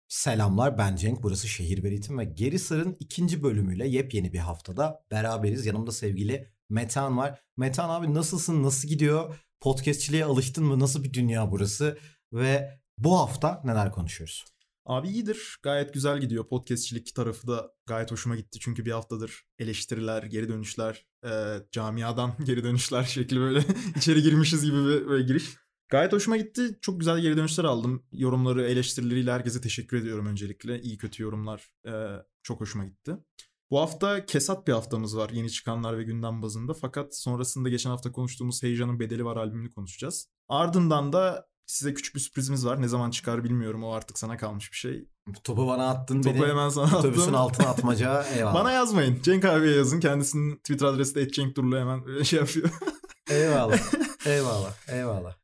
Selamlar, ben Cenk, burası Şehir ve Ritim ve Geri Sar'ın ikinci bölümüyle yepyeni bir haftada beraberiz. Yanımda sevgili Metehan var. Metehan abi, nasılsın, nasıl gidiyor? Podcastçiliğe alıştın mı? Nasıl bir dünya burası? Ve bu hafta neler konuşuyoruz? Abi iyidir. Gayet güzel gidiyor. Podcastçilik tarafı da gayet hoşuma gitti. Çünkü bir haftadır eleştiriler, geri dönüşler, camiadan geri dönüşler şekli böyle içeri girmişiz gibi bir böyle giriş. Gayet hoşuma gitti. Çok güzel geri dönüşler aldım. Yorumları, eleştirileriyle herkese teşekkür ediyorum öncelikle. İyi kötü yorumlar çok hoşuma gitti. Bu hafta kesat bir haftamız var. Yeni çıkanlar ve gündem bazında. Fakat sonrasında geçen hafta konuştuğumuz Heyecan'ın Bedeli Var albümünü konuşacağız. Ardından da size küçük bir sürprizimiz var. Ne zaman çıkar bilmiyorum. O artık sana kalmış bir şey. Topu bana attın, Topu beni hemen sana otobüsün attım. altına atmaca, eyvallah. Bana yazmayın. Cenk abiye yazın. Kendisinin Twitter adresi de @cenkdurlu hemen şey yapıyor. Eyvallah, eyvallah.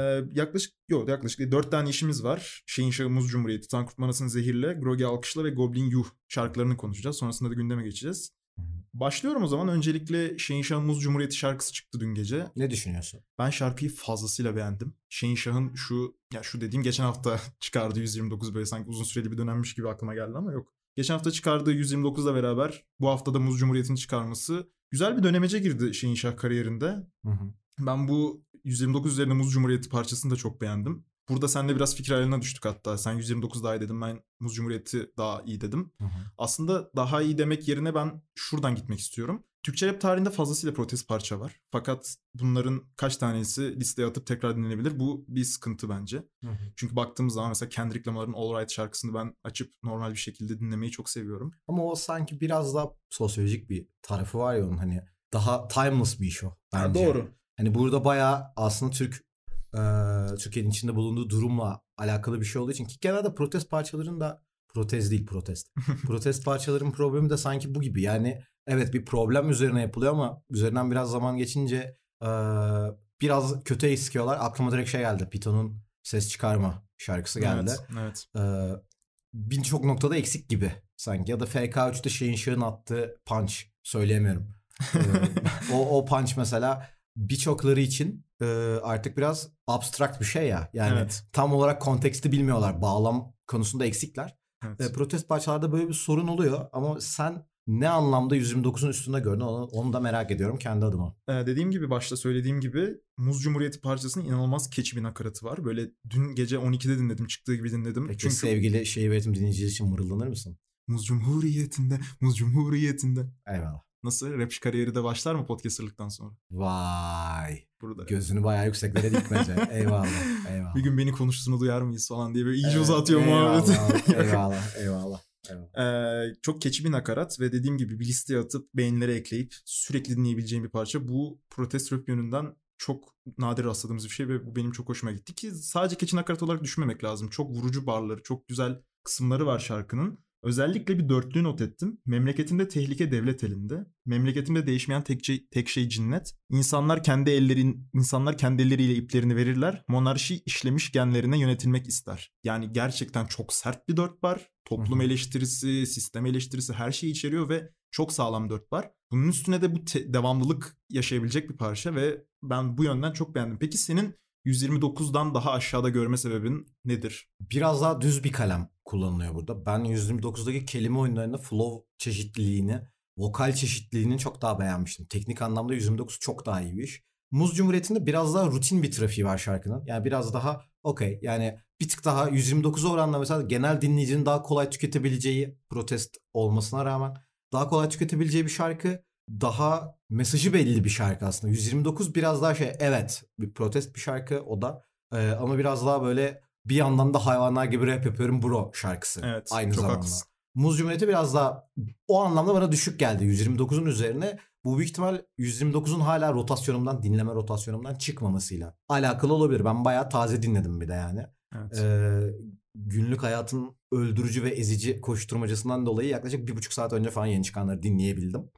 Yaklaşık 4 tane işimiz var. Şehinşahı Muz Cumhuriyeti, Tankurt Manas'ın Zehirle, Grogi Alkışla ve Goblin Yuh şarkılarını konuşacağız. Sonrasında da gündeme geçeceğiz. Başlıyorum o zaman. Öncelikle Şehinşahı Muz Cumhuriyeti şarkısı çıktı dün gece. Ne düşünüyorsun? Ben şarkıyı fazlasıyla beğendim. Şehinşah'ın şu dediğim geçen hafta çıkardığı 129, böyle sanki uzun süreli bir dönemmiş gibi aklıma geldi ama yok. Geçen hafta çıkardığı 129'la beraber bu haftada Muz Cumhuriyeti'ni çıkarması güzel bir dönemece girdi Şehinşah kariyerinde. Ben bu 129 üzerine Muz Cumhuriyeti parçasını da çok beğendim. Burada seninle biraz fikir ayrılığına düştük hatta. Sen 129 daha iyi dedim, ben Muz Cumhuriyeti daha iyi dedim. Aslında daha iyi demek yerine ben şuradan gitmek istiyorum. Türkçe rap tarihinde fazlasıyla protest parça var. Fakat bunların kaç tanesi listeye atıp tekrar dinlenebilir? Bu bir sıkıntı bence. Çünkü baktığımız zaman mesela Kendrick Lamar'ın All Right şarkısını ben açıp normal bir şekilde dinlemeyi çok seviyorum. Ama o sanki biraz daha sosyolojik bir tarafı var ya onun, hani daha timeless bir iş o bence. Ha, doğru. Hani burada bayağı aslında Türkiye'nin içinde bulunduğu durumla alakalı bir şey olduğu için, ki genelde protest parçaların da protest parçaların problemi de sanki bu gibi. Yani evet, bir problem üzerine yapılıyor ama üzerinden biraz zaman geçince biraz kötü eskiyorlar. Aklıma direkt şey geldi. Python'un Ses Çıkarma şarkısı geldi. Evet. Birçok noktada eksik gibi sanki. Ya da FK3'te Şehinşah'ın attığı punch, söyleyemiyorum. O punch mesela birçokları için artık biraz abstrakt bir şey ya. Yani tam olarak konteksti bilmiyorlar. Bağlam konusunda eksikler. Evet. Protest parçalarda böyle bir sorun oluyor ama sen ne anlamda 129'un üstünde gördün, onu da merak ediyorum kendi adıma. Dediğim gibi, başta söylediğim gibi Muz Cumhuriyeti parçasının inanılmaz catchy bir nakaratı var. Böyle dün gece 12'de dinledim. Çıktığı gibi dinledim. Peki çünkü sevgili Şehir ve Ritim dinleyicileri için mırıldanır mısın? Muz Cumhuriyeti'nde, Muz Cumhuriyeti'nde. Eyvallah. Nasıl? Rapçi kariyeri de başlar mı podcasterlıktan sonra? Vay. Burada. Gözünü bayağı yükseklere dikmece. Eyvallah. Bir gün beni konuştuğunu duyar mıyız falan diye böyle iyice uzatıyor muhabbeti. Eyvallah. Çok catchy bir nakarat ve dediğim gibi bir listeye atıp beğenilere ekleyip sürekli dinleyebileceğim bir parça. Bu protest rap yönünden çok nadir rastladığımız bir şey ve bu benim çok hoşuma gitti ki sadece catchy nakarat olarak düşünmemek lazım. Çok vurucu barları, çok güzel kısımları var şarkının. Özellikle bir dörtlüğü not ettim. Memleketimde tehlike devlet elinde. Memleketimde değişmeyen tek şey cinnet. İnsanlar kendi elleriyle iplerini verirler. Monarşi işlemiş genlerine yönetilmek ister. Yani gerçekten çok sert bir dört bar. Toplum eleştirisi, sistem eleştirisi, her şeyi içeriyor ve çok sağlam dört bar. Bunun üstüne de bu devamlılık yaşayabilecek bir parça ve ben bu yönden çok beğendim. Peki senin 129'dan daha aşağıda görme sebebin nedir? Biraz daha düz bir kalem kullanılıyor burada. Ben 129'daki kelime oyunlarında flow çeşitliliğini, vokal çeşitliliğini çok daha beğenmiştim. Teknik anlamda 129 çok daha iyi bir iş. Muz Cumhuriyeti'nde biraz daha rutin bir trafiği var şarkının. Yani biraz daha okey. Yani bir tık daha 129'a oranla mesela genel dinleyicinin daha kolay tüketebileceği, protest olmasına rağmen daha kolay tüketebileceği bir şarkı. Daha mesajı belli bir şarkı aslında. 129 biraz daha evet, bir protest bir şarkı o da. Ama biraz daha böyle bir yandan da hayvanlar gibi rap yapıyorum bro şarkısı. Evet, aynı çok zamanda. haklısın. Muz Cumhuriyeti biraz daha o anlamda bana düşük geldi 129'un üzerine. Bu büyük ihtimal 129'un hala dinleme rotasyonumdan çıkmamasıyla alakalı olabilir. Ben bayağı taze dinledim bir de yani. Evet. Günlük hayatın öldürücü ve ezici koşturmacasından dolayı yaklaşık 1,5 saat önce falan yeni çıkanları dinleyebildim.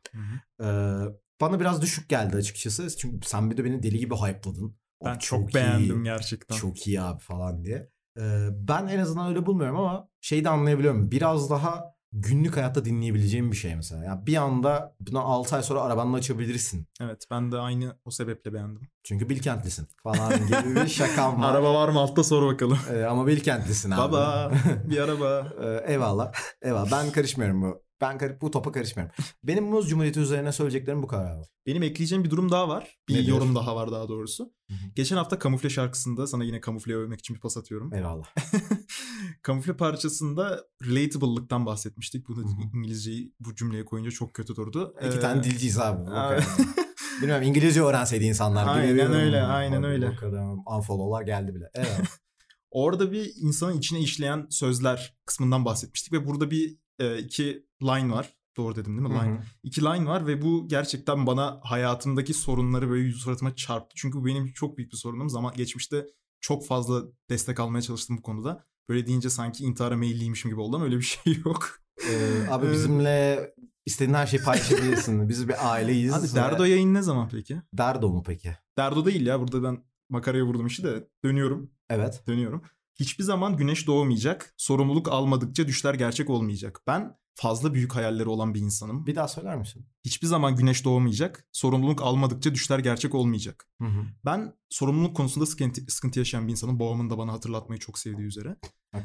Bana biraz düşük geldi açıkçası. Çünkü sen bir de beni deli gibi hype'ladın. Ben çok beğendim gerçekten. Çok iyi abi falan diye. Ben en azından öyle bulmuyorum ama şeyi de anlayabiliyorum. Biraz daha günlük hayatta dinleyebileceğim bir şey mesela. Yani bir anda buna 6 ay sonra arabanla açabilirsin. Evet, ben de aynı o sebeple beğendim. Çünkü Bilkentlisin falan gibi bir şakam var. Araba var mı altta sor bakalım. Ama Bilkentlisin abi. Baba bir araba. Eyvallah. Eyvallah. Ben karışmıyorum bu. Bu topa karışmıyorum. Benim Muz Cumhuriyeti üzerine söyleyeceklerim bu kadar abi. Benim ekleyeceğim bir durum daha var. Bir Nedir? yorum daha var daha doğrusu. Hı hı. Geçen hafta Kamufle şarkısında sana yine Kamufle'yi övmek için bir pas atıyorum. Eyvallah. Kamufle parçasında relatable'lıktan bahsetmiştik. Bunu Hı hı. İngilizceyi bu cümleye koyunca çok kötü durdu. İki tane dilciyiz abi. O Abi. kadar. Bilmiyorum, İngilizce öğrenseydi insanlar. Aynen Bilemiyorum. öyle, aynen öyle. O kadar unfollow'lar geldi bile. Evet. Orada bir insanın içine işleyen sözler kısmından bahsetmiştik ve burada bir iki line var. Doğru dedim değil mi? Line. Hı hı. İki line var ve bu gerçekten bana hayatımdaki sorunları böyle yüz suratıma çarptı. Çünkü bu benim çok büyük bir sorunum. Geçmişte çok fazla destek almaya çalıştım bu konuda. Böyle deyince sanki intihara meyilliymişim gibi oldu ama öyle bir şey yok. Abi bizimle istediğin her şeyi paylaşabilirsin. Biz bir aileyiz. Abi Derdo yayın ne zaman peki? Derdo mu peki? Derdo değil ya, burada ben makaraya vurdum işi de dönüyorum. Evet. Hiçbir zaman güneş doğmayacak. Sorumluluk almadıkça düşler gerçek olmayacak. Ben fazla büyük hayalleri olan bir insanım. Bir daha söyler misin? Hiçbir zaman güneş doğmayacak. Sorumluluk almadıkça düşler gerçek olmayacak. Hı hı. Ben sorumluluk konusunda sıkıntı yaşayan bir insanım. Babamın da bana hatırlatmayı çok sevdiği üzere.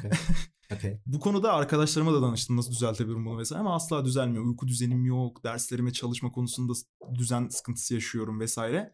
Okay. Bu konuda arkadaşlarıma da danıştım nasıl düzeltebilirim bunu vesaire ama asla düzelmiyor. Uyku düzenim yok. Derslerime çalışma konusunda düzen sıkıntısı yaşıyorum vesaire.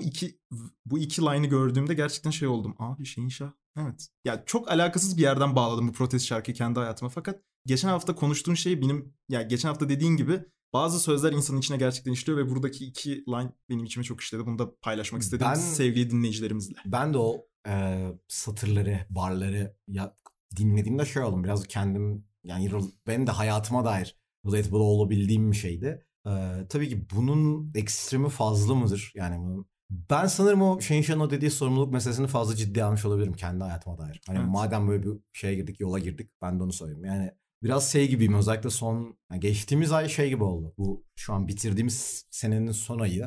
Bu iki line'ı gördüğümde gerçekten şey oldum. Abi Şehinşah. Evet. Ya çok alakasız bir yerden bağladım bu protest şarkıyı kendi hayatıma. Fakat geçen hafta konuştuğun şey geçen hafta dediğin gibi bazı sözler insanın içine gerçekten işliyor ve buradaki iki line benim içime çok işledi. Bunu da paylaşmak istedim sevgili dinleyicilerimizle. Ben de o satırları, barları dinlediğimde şey oldum. Biraz kendim, yani benim de hayatıma dair relatable olabildiğim bir şeydi. Tabii ki bunun ekstremi fazla mıdır? Yani ben sanırım o Şehinşah'ın o dediği sorumluluk meselesini fazla ciddiye almış olabilirim kendi hayatıma dair. Hani evet. Madem böyle bir şeye girdik, yola girdik, ben de onu söyleyeyim. Yani biraz şey gibiyim, özellikle geçtiğimiz ay şey gibi oldu. Bu şu an bitirdiğimiz senenin son ayı.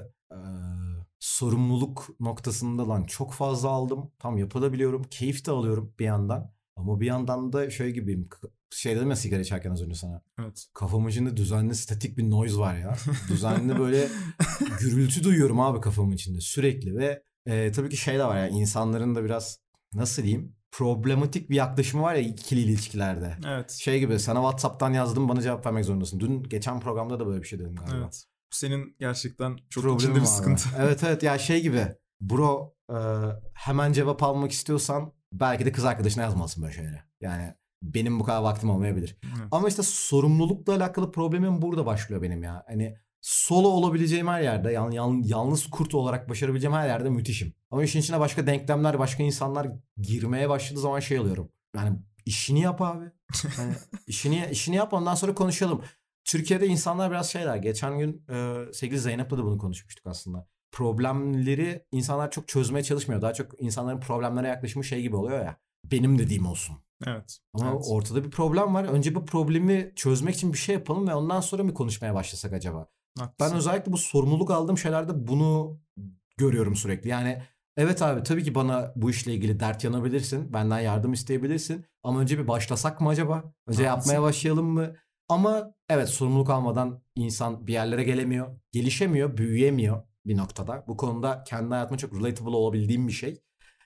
Sorumluluk noktasında lan çok fazla aldım. Tam yapabiliyorum. Keyif de alıyorum bir yandan. Ama bir yandan da şey gibiyim. Şey dedim ya sigara içerken az önce sana. Evet. Kafamın içinde düzenli statik bir noise var ya. Düzenli böyle gürültü duyuyorum abi kafamın içinde sürekli ve tabii ki şey de var ya, insanların da biraz nasıl diyeyim problematik bir yaklaşımı var ya ikili ilişkilerde. Evet. Şey gibi, sana WhatsApp'tan yazdım, bana cevap vermek zorundasın. Geçen programda da böyle bir şey dedim galiba. Evet. Bu senin gerçekten çok problemim içinde bir sıkıntı. Evet ya şey gibi. Bro hemen cevap almak istiyorsan belki de kız arkadaşına yazmalısın böyle şeyleri. Yani benim bu kadar vaktim olmayabilir. Evet. Ama işte sorumlulukla alakalı problemim burada başlıyor benim ya. Hani solo olabileceğim her yerde, yalnız kurt olarak başarabileceğim her yerde müthişim. Ama işin içine başka denklemler, başka insanlar girmeye başladığı zaman şey alıyorum. Yani işini yap abi. Yani işini yap, ondan sonra konuşalım. Türkiye'de insanlar biraz şeyler. Geçen gün sevgili Zeynep'le de bunu konuşmuştuk aslında. Problemleri insanlar çok çözmeye çalışmıyor. Daha çok insanların problemlere yaklaşımı şey gibi oluyor ya. Benim dediğim olsun. Evet. Ama evet, ortada bir problem var. Önce bu problemi çözmek için bir şey yapalım ve ondan sonra mı konuşmaya başlasak acaba? Haklısın. Ben özellikle bu sorumluluk aldığım şeylerde bunu görüyorum sürekli. Yani evet abi, tabii ki bana bu işle ilgili dert yanabilirsin. Benden yardım isteyebilirsin. Ama önce bir başlasak mı acaba? Önce yapmaya başlayalım mı? Ama evet, sorumluluk almadan insan bir yerlere gelemiyor. Gelişemiyor, büyüyemiyor bir noktada. Bu konuda kendi hayatıma çok relatable olabildiğim bir şey.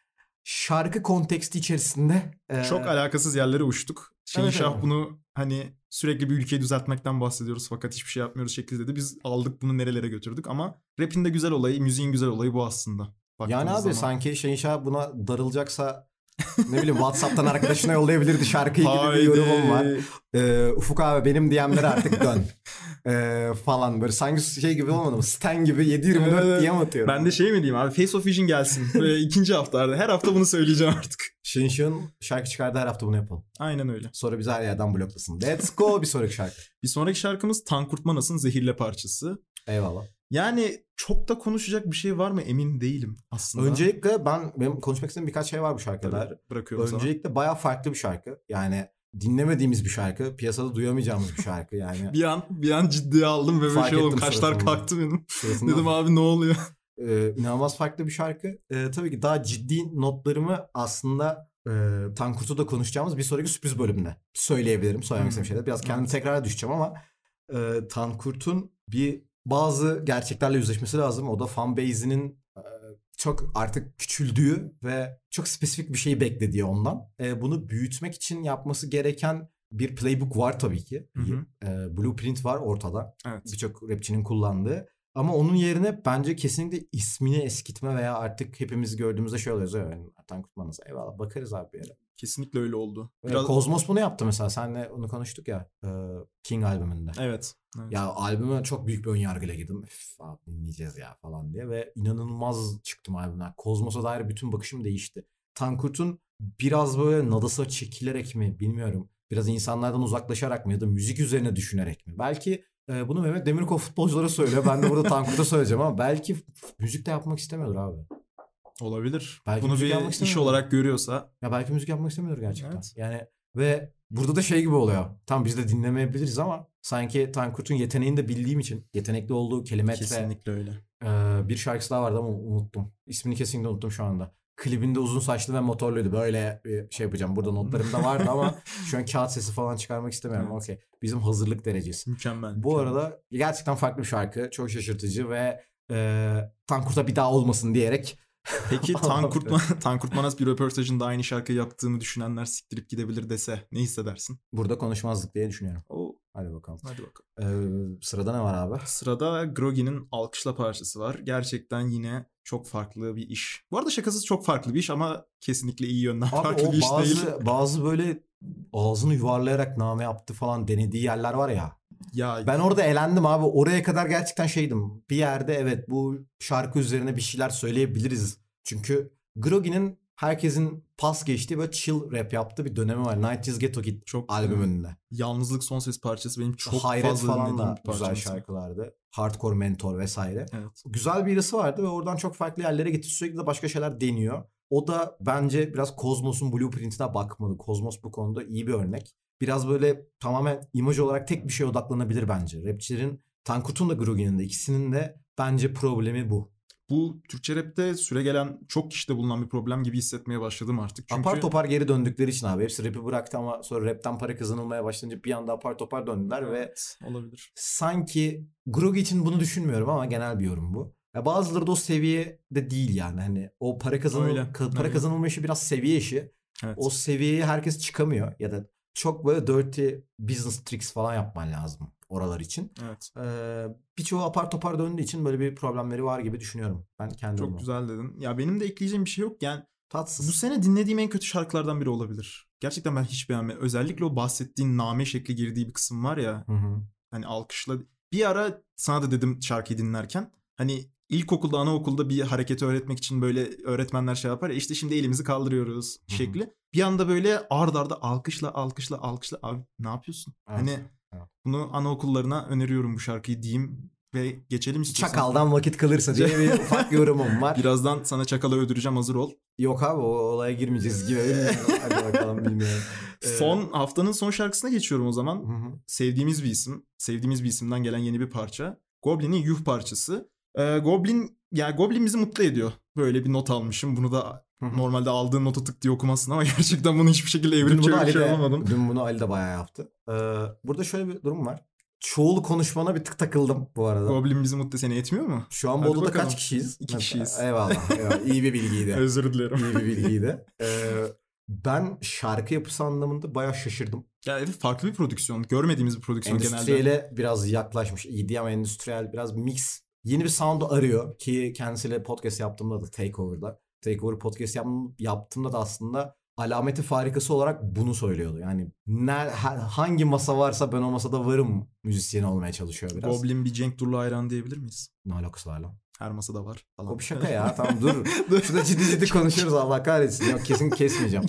Şarkı konteksti içerisinde çok alakasız yerlere uçtuk. Şehinşah evet. Bunu hani sürekli bir ülkeyi düzeltmekten bahsediyoruz fakat hiçbir şey yapmıyoruz şekilde de biz aldık bunu nerelere götürdük ama rap'in de güzel olayı, müziğin güzel olayı bu aslında. Yani abi zaman. Sanki Şehinşah buna darılacaksa ne bileyim WhatsApp'tan arkadaşına yollayabilirdi şarkıyı gibi bir yorumum var. Ufuk abi benim DM'lere artık dön. Falan böyle sanki şey gibi olmadı mı? Stan gibi 7/24 DM atıyorum. Ben de şey mi diyeyim abi, Face of Vision gelsin. Böyle ikinci haftalarda her hafta bunu söyleyeceğim artık. Şehinşah'ın şarkı çıkardı, her hafta bunu yapalım. Aynen öyle. Sonra bizi her yerden bloklasın. Let's go bir sonraki şarkı. Bir sonraki şarkımız Tankurt Manas'ın Zehirle parçası. Eyvallah. Yani çok da konuşacak bir şey var mı emin değilim aslında. Öncelikle benim konuşmak istediğim birkaç şey var bu şarkıda. Bırakıyorum öncelikle sana. Bayağı farklı bir şarkı. Yani dinlemediğimiğimiz bir şarkı. Piyasada duyamayacağımız bir şarkı yani. bir an ciddiye aldım ve şey oldum. Kaşlar kalktı benim. Dedim abi ne oluyor? İnanılmaz farklı bir şarkı. Tabii ki daha ciddi notlarımı aslında Tankurt'u da konuşacağımız bir sonraki sürpriz bölümde söyleyebilirim. Söylemek istediğim şeyler. Biraz kendimi tekrara düşeceğim ama Tankurt'un bazı gerçeklerle yüzleşmesi lazım. O da fanbase'inin çok artık küçüldüğü ve çok spesifik bir şeyi beklediği ondan. Bunu büyütmek için yapması gereken bir playbook var tabii ki. Blueprint var ortada. Evet. Birçok rapçinin kullandığı. Ama onun yerine bence kesinlikle ismini eskitme veya artık hepimiz gördüğümüzde şey oluyoruz. Yani, Tankurt Manası eyvallah bakarız abi bir yere. Kesinlikle öyle oldu. Kozmos bunu yaptı mesela. Seninle onu konuştuk ya. King albümünde. Evet. Ya albüme çok büyük bir önyargıyla girdim. Abi dinleyeceğiz ya falan diye. Ve inanılmaz çıktım albümden. Kozmos'a dair bütün bakışım değişti. Tankurt'un biraz böyle nadasa çekilerek mi bilmiyorum. Biraz insanlardan uzaklaşarak mı ya da müzik üzerine düşünerek mi? Belki bunu Mehmet Demirkol futbolculara söylüyor. Ben de burada Tankurt'a söyleyeceğim ama belki müzik de yapmak istemiyordur abi. Olabilir. Belki bunu bir iş olarak görüyorsa. Ya belki müzik yapmak istemiyordur gerçekten. Evet. Yani ve burada da şey gibi oluyor. Tam biz de dinlemeyebiliriz ama sanki Tankurt'un yeteneğini de bildiğim için yetenekli olduğu kelimetre. Kesinlikle öyle. Bir şarkısı daha vardı ama unuttum. İsmini kesinlikle unuttum şu anda. Klibinde uzun saçlı ve motorluydu. Böyle bir şey yapacağım. Burada notlarım da vardı ama şu an kağıt sesi falan çıkarmak istemiyorum. Evet. Okey. Bizim hazırlık derecesi. Mükemmel. Bu arada gerçekten farklı bir şarkı. Çok şaşırtıcı ve Tankurt'a bir daha olmasın diyerek. Peki Tankurt Manas bir röportajında aynı şarkıyı yaptığını düşünenler siktirip gidebilir dese ne hissedersin? Burada konuşmazdık diye düşünüyorum. Hadi bakalım. Sırada ne var abi? Sırada Groggy'nin Alkışla parçası var. Gerçekten yine çok farklı bir iş. Bu arada şakasız çok farklı bir iş ama kesinlikle iyi yönden abi farklı bir iş değil. Bazı böyle ağzını yuvarlayarak name yaptı falan denediği yerler var ya. Ya ben orada elendim abi. Oraya kadar gerçekten şeydim. Bir yerde evet bu şarkı üzerine bir şeyler söyleyebiliriz. Çünkü Groggy'nin herkesin pas geçtiği böyle chill rap yaptığı bir dönemi var. 90's Ghetto Kid albümünde. Yalnızlık son ses parçası benim çok Hayret fazla falan da dinlediğim güzel parçası. şarkılardı. Hardcore Mentor vesaire. Evet. Güzel bir birisi vardı ve oradan çok farklı yerlere gitti. Sürekli de başka şeyler deniyor. O da bence biraz Kozmos'un blueprintine bakmalı. Kozmos bu konuda iyi bir örnek. Biraz böyle tamamen imaj olarak tek bir şeye odaklanabilir bence. Rapçilerin, Tankurt'un da Groggy'nin de ikisinin de bence problemi bu. Bu Türkçe rapte süregelen çok kişide bulunan bir problem gibi hissetmeye başladım artık. Çünkü apar topar geri döndükleri için abi. Hepsi rap'i bıraktı ama sonra rapten para kazanılmaya başlayınca bir anda apar topar döndüler evet, ve olabilir. Sanki Groggy için bunu düşünmüyorum ama genel bir yorum bu. Ya bazıları da o seviyede değil yani. Hani o para kazanılma işi biraz seviye işi. Evet. O seviyeye herkes çıkamıyor ya da çok böyle dirty business tricks falan yapman lazım oralar için. Evet. Birçoğu apar topar döndüğü için böyle bir problemleri var gibi düşünüyorum. Ben kendim. Çok güzel dedin. Ya benim de ekleyeceğim bir şey yok. Yani tatsız. Bu sene dinlediğim en kötü şarkılardan biri olabilir. Gerçekten ben hiç beğenmedim. Özellikle o bahsettiğin name şekli girdiği bir kısım var ya. Hani alkışla. Bir ara sana da dedim şarkıyı dinlerken. Hani ilkokulda, anaokulda bir hareketi öğretmek için böyle öğretmenler şey yapar ya. İşte şimdi elimizi kaldırıyoruz şekli. Bir anda böyle ard arda alkışla. Abi ne yapıyorsun? Evet. Hani bunu anaokullarına öneriyorum bu şarkıyı diyeyim. Ve geçelim istiyorsan. Çakaldan vakit kalırsa diye bir ufak yorumum var. Birazdan sana çakalı öldüreceğim, hazır ol. Yok abi o olaya girmeyeceğiz gibi. Hadi bakalım, bilmiyorum. Haftanın son şarkısına geçiyorum o zaman. Sevdiğimiz bir isim. Sevdiğimiz bir isimden gelen yeni bir parça. Goblin'in Yuh parçası. Goblin bizi mutlu ediyor. Böyle bir not almışım. Bunu da normalde aldığın notu tık diye okumazsın ama gerçekten bunu hiçbir şekilde evirip çevirip şey yapamadım. Dün bunu Ali de bayağı yaptı. Burada şöyle bir durum var. Çoğul konuşmana bir tık takıldım bu arada. Goblin bizi mutlu seni etmiyor mu? Şu an Bolu'da kaç kişiyiz? 2 kişiyiz. Eyvallah. İyi bir bilgiydi. Özür dilerim. İyi bir bilgiydi. Ben şarkı yapısı anlamında bayağı şaşırdım. Ya evet, farklı bir prodüksiyon. Görmediğimiz bir prodüksiyon genelde. Endüstriyele biraz yaklaşmış. EDM endüstriyel biraz mix. Yeni bir sound'u arıyor ki kendisiyle podcast yaptığımda da Takeover podcast yaptığımda da aslında alameti farikası olarak bunu söylüyordu. Yani hangi masa varsa ben o masada varım müzisyeni olmaya çalışıyor biraz. Goblin bir Cenk Durla hayran diyebilir miyiz? Ne alakası var lan? Her masada var falan. O bir şaka ya. Tamam dur. Şurada ciddi konuşuyoruz, Allah kahretsin. Yok, kesin kesmeyeceğim.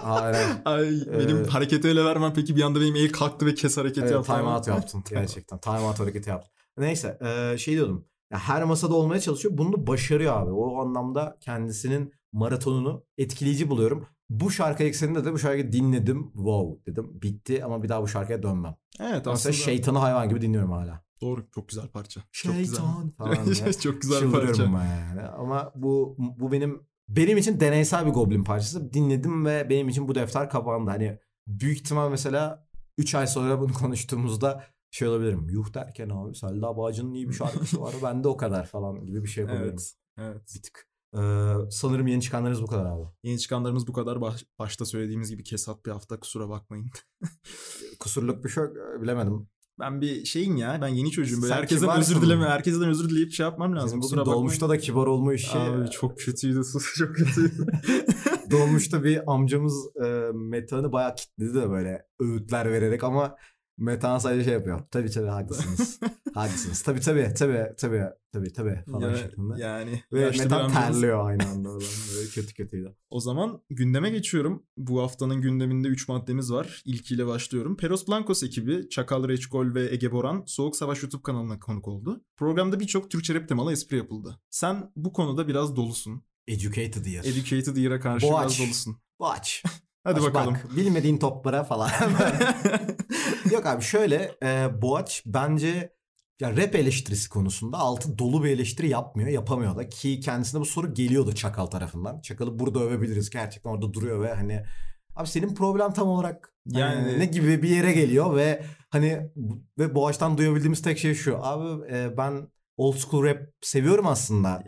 Benim hareketi öyle vermem. Peki bir anda benim el kalktı ve kes hareketi yaptım. Time out yaptım gerçekten. Time out hareketi yaptım. Neyse şey diyordum. Ya her masada olmaya çalışıyor. Bunu da başarıyor abi. O anlamda kendisinin maratonunu etkileyici buluyorum. Bu şarkı ekseninde de bu şarkıyı dinledim. Wow dedim. Bitti ama bir daha bu şarkıya dönmem. Evet aslında. Mesela Şeytanı hayvan gibi dinliyorum hala. Doğru, çok güzel parça. Şeytan çok güzel. Falan çok güzel parça. Yani. Ama bu benim benim için deneysel bir Goblin parçası. Dinledim ve benim için bu defter kapandı. Hani büyük ihtimal mesela 3 ay sonra bunu konuştuğumuzda şey olabilirim. Yuh derken abi Selda Bağcı'nın iyi bir şarkısı var. Bende o kadar falan gibi bir şey yapabilirim. Evet. Bir tık. Sanırım yeni çıkanlarınız bu kadar abi. Yeni çıkanlarımız bu kadar. Başta söylediğimiz gibi kesat bir hafta, kusura bakmayın. Kusurluk bir şey yok, bilemedim. Ben bir şeyim ya. Ben yeni çocuğum. Böyle Sen herkesten kibarsın. Herkesten özür dileyip şey yapmam lazım. Senin Kusura bugün bakmayın. dolmuşta da kibar olma işi. Abi çok kötüydü. Çok kötüydü. Dolmuşta bir amcamız Metehan'ı bayağı kitledi de böyle öğütler vererek ama Metehan sadece şey yapıyor. Tabii haklısınız. Haklısınız. Tabii falan şeklinde. Yani. Ve Metehan amcamız. terliyor aynı anda. Böyle kötüydü. O zaman gündeme geçiyorum. Bu haftanın gündeminde 3 maddemiz var. İlkiyle başlıyorum. Peros Blancos ekibi, Çakal Reçkol ve Ege Boran Soğuk Savaş YouTube kanalına konuk oldu. Programda birçok Türkçe rap temalı espri yapıldı. Sen bu konuda biraz dolusun. Educated year. Educated year'a karşı biraz dolusun. Boğaç. Hadi bakalım. Bak, bilmediğin toplara falan. Yok abi şöyle Boğaç bence ya rap eleştirisi konusunda altı dolu bir eleştiri yapamıyor da ki kendisine bu soru geliyordu Çakal tarafından. Çakal'ı burada övebiliriz, gerçekten orada duruyor ve hani abi senin problem tam olarak yani ne gibi bir yere geliyor ve hani ve Boğaç'tan duyabildiğimiz tek şey şu abi ben old school rap seviyorum aslında.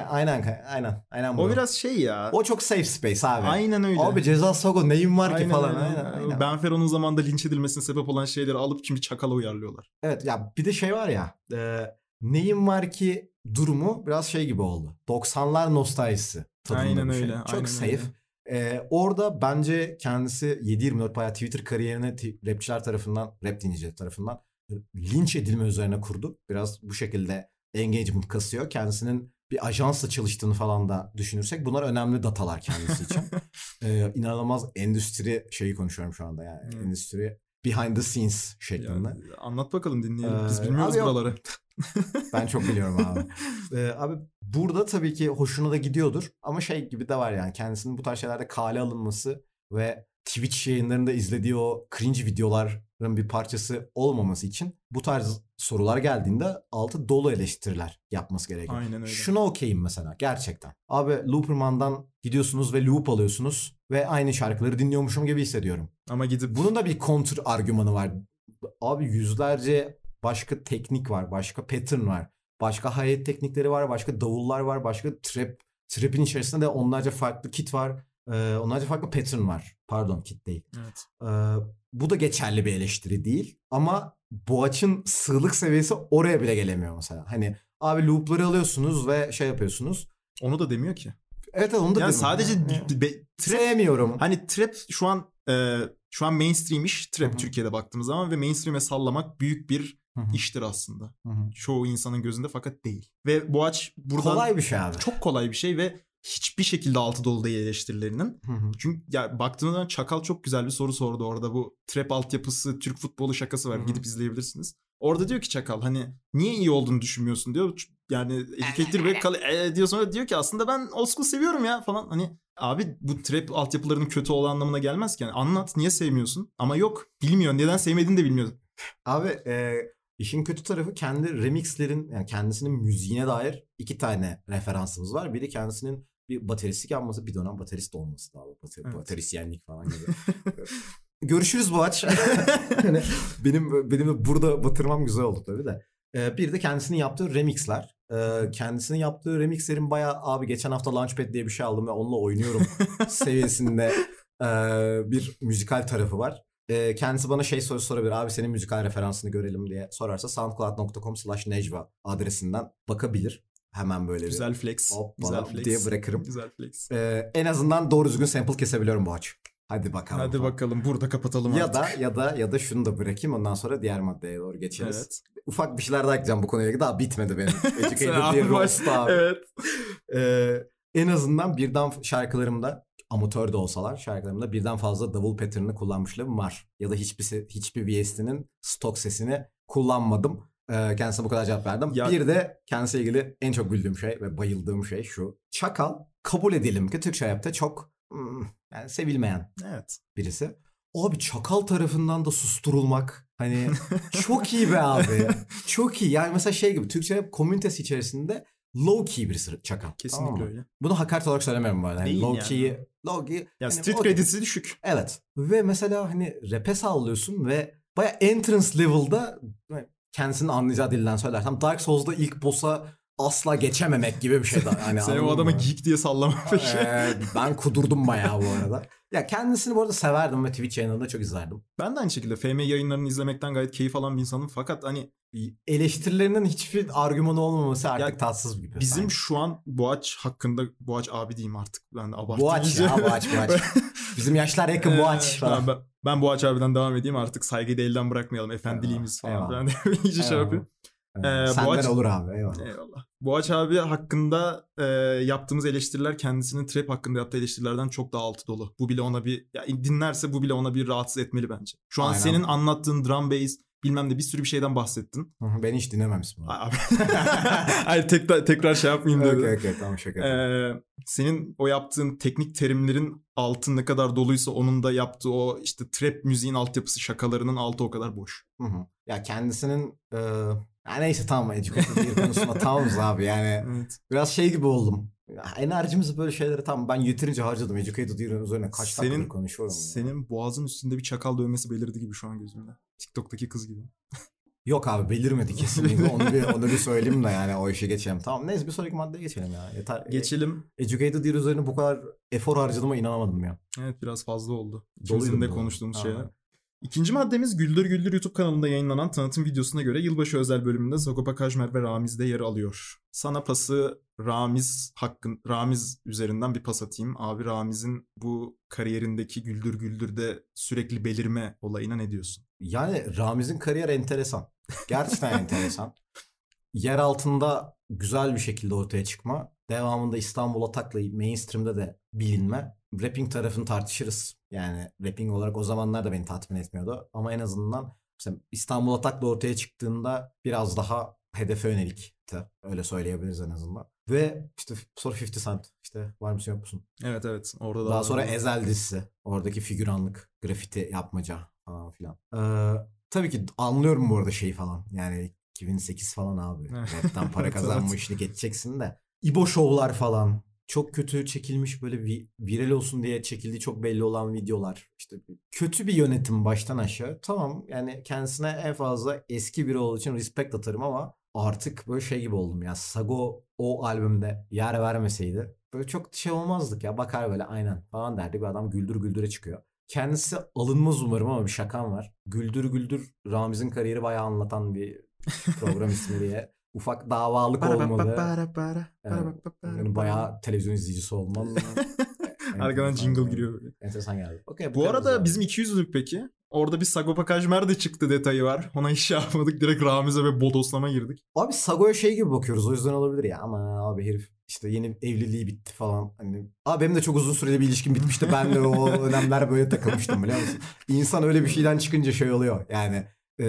Aynen. O biraz şey ya. O çok safe space abi. Aynen öyle. Abi Ceza Sogo neyim var ki falan. Aynen. Ben Fero'nun zamanında linç edilmesine sebep olan şeyleri alıp şimdi Çakal'a uyarlıyorlar. Evet ya bir de şey var ya. Neyim var ki durumu biraz şey gibi oldu. 90'lar nostaljisi tadında aynen bir şey. Öyle. Çok aynen safe. Orada bence kendisi 7/24 bayağı Twitter kariyerine rapçiler tarafından, rap dinleyiciler tarafından linç edilme üzerine kurdu. Biraz bu şekilde engagement kasıyor. Kendisinin bir ajansla çalıştığını falan da düşünürsek bunlar önemli datalar kendisi için. İnanılmaz endüstri şeyi konuşuyorum şu anda yani. Endüstri behind the scenes şeklinde. Ya, anlat bakalım dinleyelim. Biz bilmiyoruz buraları. Ben çok biliyorum abi. Abi burada tabii ki hoşuna da gidiyordur. Ama şey gibi de var yani kendisinin bu tarz şeylerde kale alınması ve Twitch yayınlarında izlediği o cringe videoların bir parçası olmaması için bu tarz sorular geldiğinde altı dolu eleştiriler yapması gerekiyor. Aynen öyle. Şuna okeyim mesela gerçekten. Abi Looperman'dan gidiyorsunuz ve loop alıyorsunuz ve aynı şarkıları dinliyormuşum gibi hissediyorum. Ama gidip bunun da bir counter argümanı var. Abi yüzlerce başka teknik var, başka pattern var. Başka hi-hat teknikleri var, başka davullar var, başka trap'in içerisinde de onlarca farklı kit var. Onlarca farklı pattern var. Pardon, kit değil. Evet. Bu da geçerli bir eleştiri değil. Ama Boğaç'ın sığlık seviyesi oraya bile gelemiyor mesela. Hani abi loop'ları alıyorsunuz ve şey yapıyorsunuz. Onu da demiyor ki. Evet onu da yani demiyor. Sadece trap sevmiyorum. Hani trap şu an mainstream iş trap. Hı-hı. Türkiye'de baktığımız zaman ve mainstream'e sallamak büyük bir Hı-hı. iştir aslında. Hı-hı. Çoğu insanın gözünde fakat değil. Ve Boğaç buradan kolay bir şey abi. Çok kolay bir şey ve hiçbir şekilde altı dolu değil eleştirilerinin. Hı-hı. Çünkü ya baktığında Çakal çok güzel bir soru sordu orada. Bu trap altyapısı Türk futbolu şakası var. Hı-hı. Gidip izleyebilirsiniz. Orada diyor ki Çakal hani niye iyi olduğunu düşünmüyorsun diyor. Yani educated ve diyor, sonra diyor ki aslında ben old school seviyorum ya falan. Hani abi bu trap altyapılarının kötü olduğu anlamına gelmez ki. Yani anlat niye sevmiyorsun? Ama yok bilmiyor. Neden sevmediğini de bilmiyor. Abi işin kötü tarafı kendi remixlerin yani kendisinin müziğine dair 2 tane referansımız var. Biri kendisinin bir bateristlik yapması, bir dönem baterist olması da abi. Baterisyenlik falan gibi. Görüşürüz Boğaç. benim burada batırmam güzel oldu tabii de. Bir de kendisinin yaptığı remixler. Kendisinin yaptığı remixlerin bayağı abi geçen hafta Launchpad diye bir şey aldım ve onunla oynuyorum seviyesinde bir müzikal tarafı var. Kendisi bana şey sorusu sorabilir. Abi senin müzikal referansını görelim diye sorarsa soundcloud.com/nejva adresinden bakabilir. Hemen böyle güzel flex. Güzel flex diye bırakırım. Güzel flex. En azından doğru düzgün sample kesebiliyorum Boğaç. Hadi bakalım. Hadi bakalım burada kapatalım artık. Ya da şunu da bırakayım ondan sonra diğer maddeye doğru geçeriz. Evet. Ufak bir şeyler daha ekleyeceğim bu konuya. Daha bitmedi benim. Educated diye roast abi. Evet. En azından birden şarkılarımda amatör de olsalar şarkılarımda birden fazla davul pattern'ını kullanmışlığım var. Ya da hiçbir VST'nin stok sesini kullanmadım. Kendisine bu kadar cevap verdim. Bir de kendisiyle ilgili en çok güldüğüm şey ve bayıldığım şey şu. Çakal kabul edelim ki Türkçe rapte çok yani sevilmeyen birisi. Abi Çakal tarafından da susturulmak hani çok iyi be abi. Çok iyi. Yani mesela şey gibi Türkçe rap komünitesi içerisinde low key birisi çakal. Kesinlikle tamam mı? öyle. Bunu hakaret olarak söylemiyorum bu arada. Yani Değil low yani. key Ya hani street okey. credit'i düşük. Evet. Ve mesela hani rap'e sallıyorsun ve baya entrance level'da kendisinin anlayacağı dilden söylersem Dark Souls'da ilk boss'a asla geçememek gibi bir şey. Hani Sen o adama geek diye sallama peki. Ben kudurdum bayağı bu arada. Ya kendisini bu arada severdim ve Twitch yayınlarında çok izlerdim. Ben de aynı şekilde FM yayınlarını izlemekten gayet keyif alan bir insanım. Fakat hani Eleştirilerinin hiçbir argümanı olmaması artık Ya, tatsız gibi. bizim sanki. şu an Boğaç hakkında, Boğaç abi diyeyim artık. Ben de abarttım. Boğaç ya Boğaç. Bizim yaşlar yakın Boğaç falan. Ben Boğaç abiden devam edeyim artık. Saygıyı da elden bırakmayalım. Efendiliğimiz falan. Eyvallah. Ben de iyice şey yapayım. Senden Boğaç- olur abi eyvallah. Eyvallah. Boğaç abi hakkında yaptığımız eleştiriler kendisinin trap hakkında yaptığı eleştirilerden çok daha altı dolu. Bu bile ona bir dinlerse bu bile ona bir rahatsız etmeli bence. Şu an Aynen. senin anlattığın drum bass bilmem ne bir sürü bir şeyden bahsettin. Ben hiç dinlememiştim. Abi. Hayır tekrar şey yapmayayım dedim. Okey tamam şaka. Senin o yaptığın teknik terimlerin altı ne kadar doluysa onun da yaptığı o işte trap müziğin altyapısı şakalarının altı o kadar boş. Ya kendisinin ya neyse tamam educated ear konusunda tamamız abi yani Evet. biraz şey gibi oldum. Ya, enerjimizi böyle şeylere tamam ben yeterince harcadım educated ear'ın üzerine kaç dakikadır konuşuyorum. Senin boğazın üstünde bir çakal dövmesi belirdi gibi şu an gözümde. TikTok'taki kız gibi. Yok abi belirmedi kesinlikle onu bir söyleyeyim de yani o işe geçelim. Tamam neyse bir sonraki maddeye geçelim ya. Yeter. Geçelim. Educated ear üzerine bu kadar efor harcadığıma inanamadım ya. Evet biraz fazla oldu. Doluydu İkimizin de bu. konuştuğumuz Aha. şeyler. İkinci maddemiz Güldür Güldür YouTube kanalında yayınlanan tanıtım videosuna göre yılbaşı özel bölümünde Sagopa Kajmer ve Ramiz de yer alıyor. Sana pası Ramiz üzerinden bir pas atayım. Abi Ramiz'in bu kariyerindeki Güldür Güldür'de sürekli belirme olayına ne diyorsun? Yani Ramiz'in kariyeri enteresan. Gerçekten enteresan. Yer altında güzel bir şekilde ortaya çıkma. Devamında İstanbul'a taklayıp mainstream'de de bilinme. Rapping tarafını tartışırız. Yani rapping olarak o zamanlar da beni tatmin etmiyordu. Ama en azından mesela İstanbul Atak'la ortaya çıktığında biraz daha hedefe yönelikti. Öyle söyleyebiliriz en azından. Ve işte sonra 50 Cent işte var mısın yok musun? Evet orada da Daha sonra Ezel dizisi. Oradaki figüranlık, grafiti yapmaca falan filan. Tabii ki anlıyorum bu arada şeyi falan. Yani 2008 falan abi. Rap'ten para Evet, kazanmışını geçeceksin de. İbo şovlar falan. Çok kötü çekilmiş böyle viral olsun diye çekildiği çok belli olan videolar. İşte kötü bir yönetim baştan aşağı. Tamam yani kendisine en fazla eski biri olduğu için respect atarım ama artık böyle şey gibi oldum ya. Sago o albümde yer vermeseydi böyle çok şey olmazdık ya. Bakar böyle aynen falan derdi bir adam güldür güldüre çıkıyor. Kendisi alınmaz umarım ama bir şakam var. Güldür Güldür Ramiz'in kariyeri bayağı anlatan bir program ismi diye. Ufak davalık olmalı. Yani bayağı televizyon izleyicisi olman. Arkadan jingle giriyor böyle. Enteresan geldi. Okay, Bu arada bizim 200'lük peki? Orada bir Sagopa Kajmer de çıktı detayı var. Ona hiç şey yapmadık. Direkt Ramiz'e ve bodoslama girdik. Abi Sago'ya şey gibi bakıyoruz. O yüzden olabilir ya. Ama abi herif işte yeni evliliği bitti falan. Hani, abi benim de çok uzun süreli bir ilişkim bitmişti. Ben de o dönemler böyle takılmıştım biliyor musun? İnsan öyle bir şeyden çıkınca şey oluyor. Yani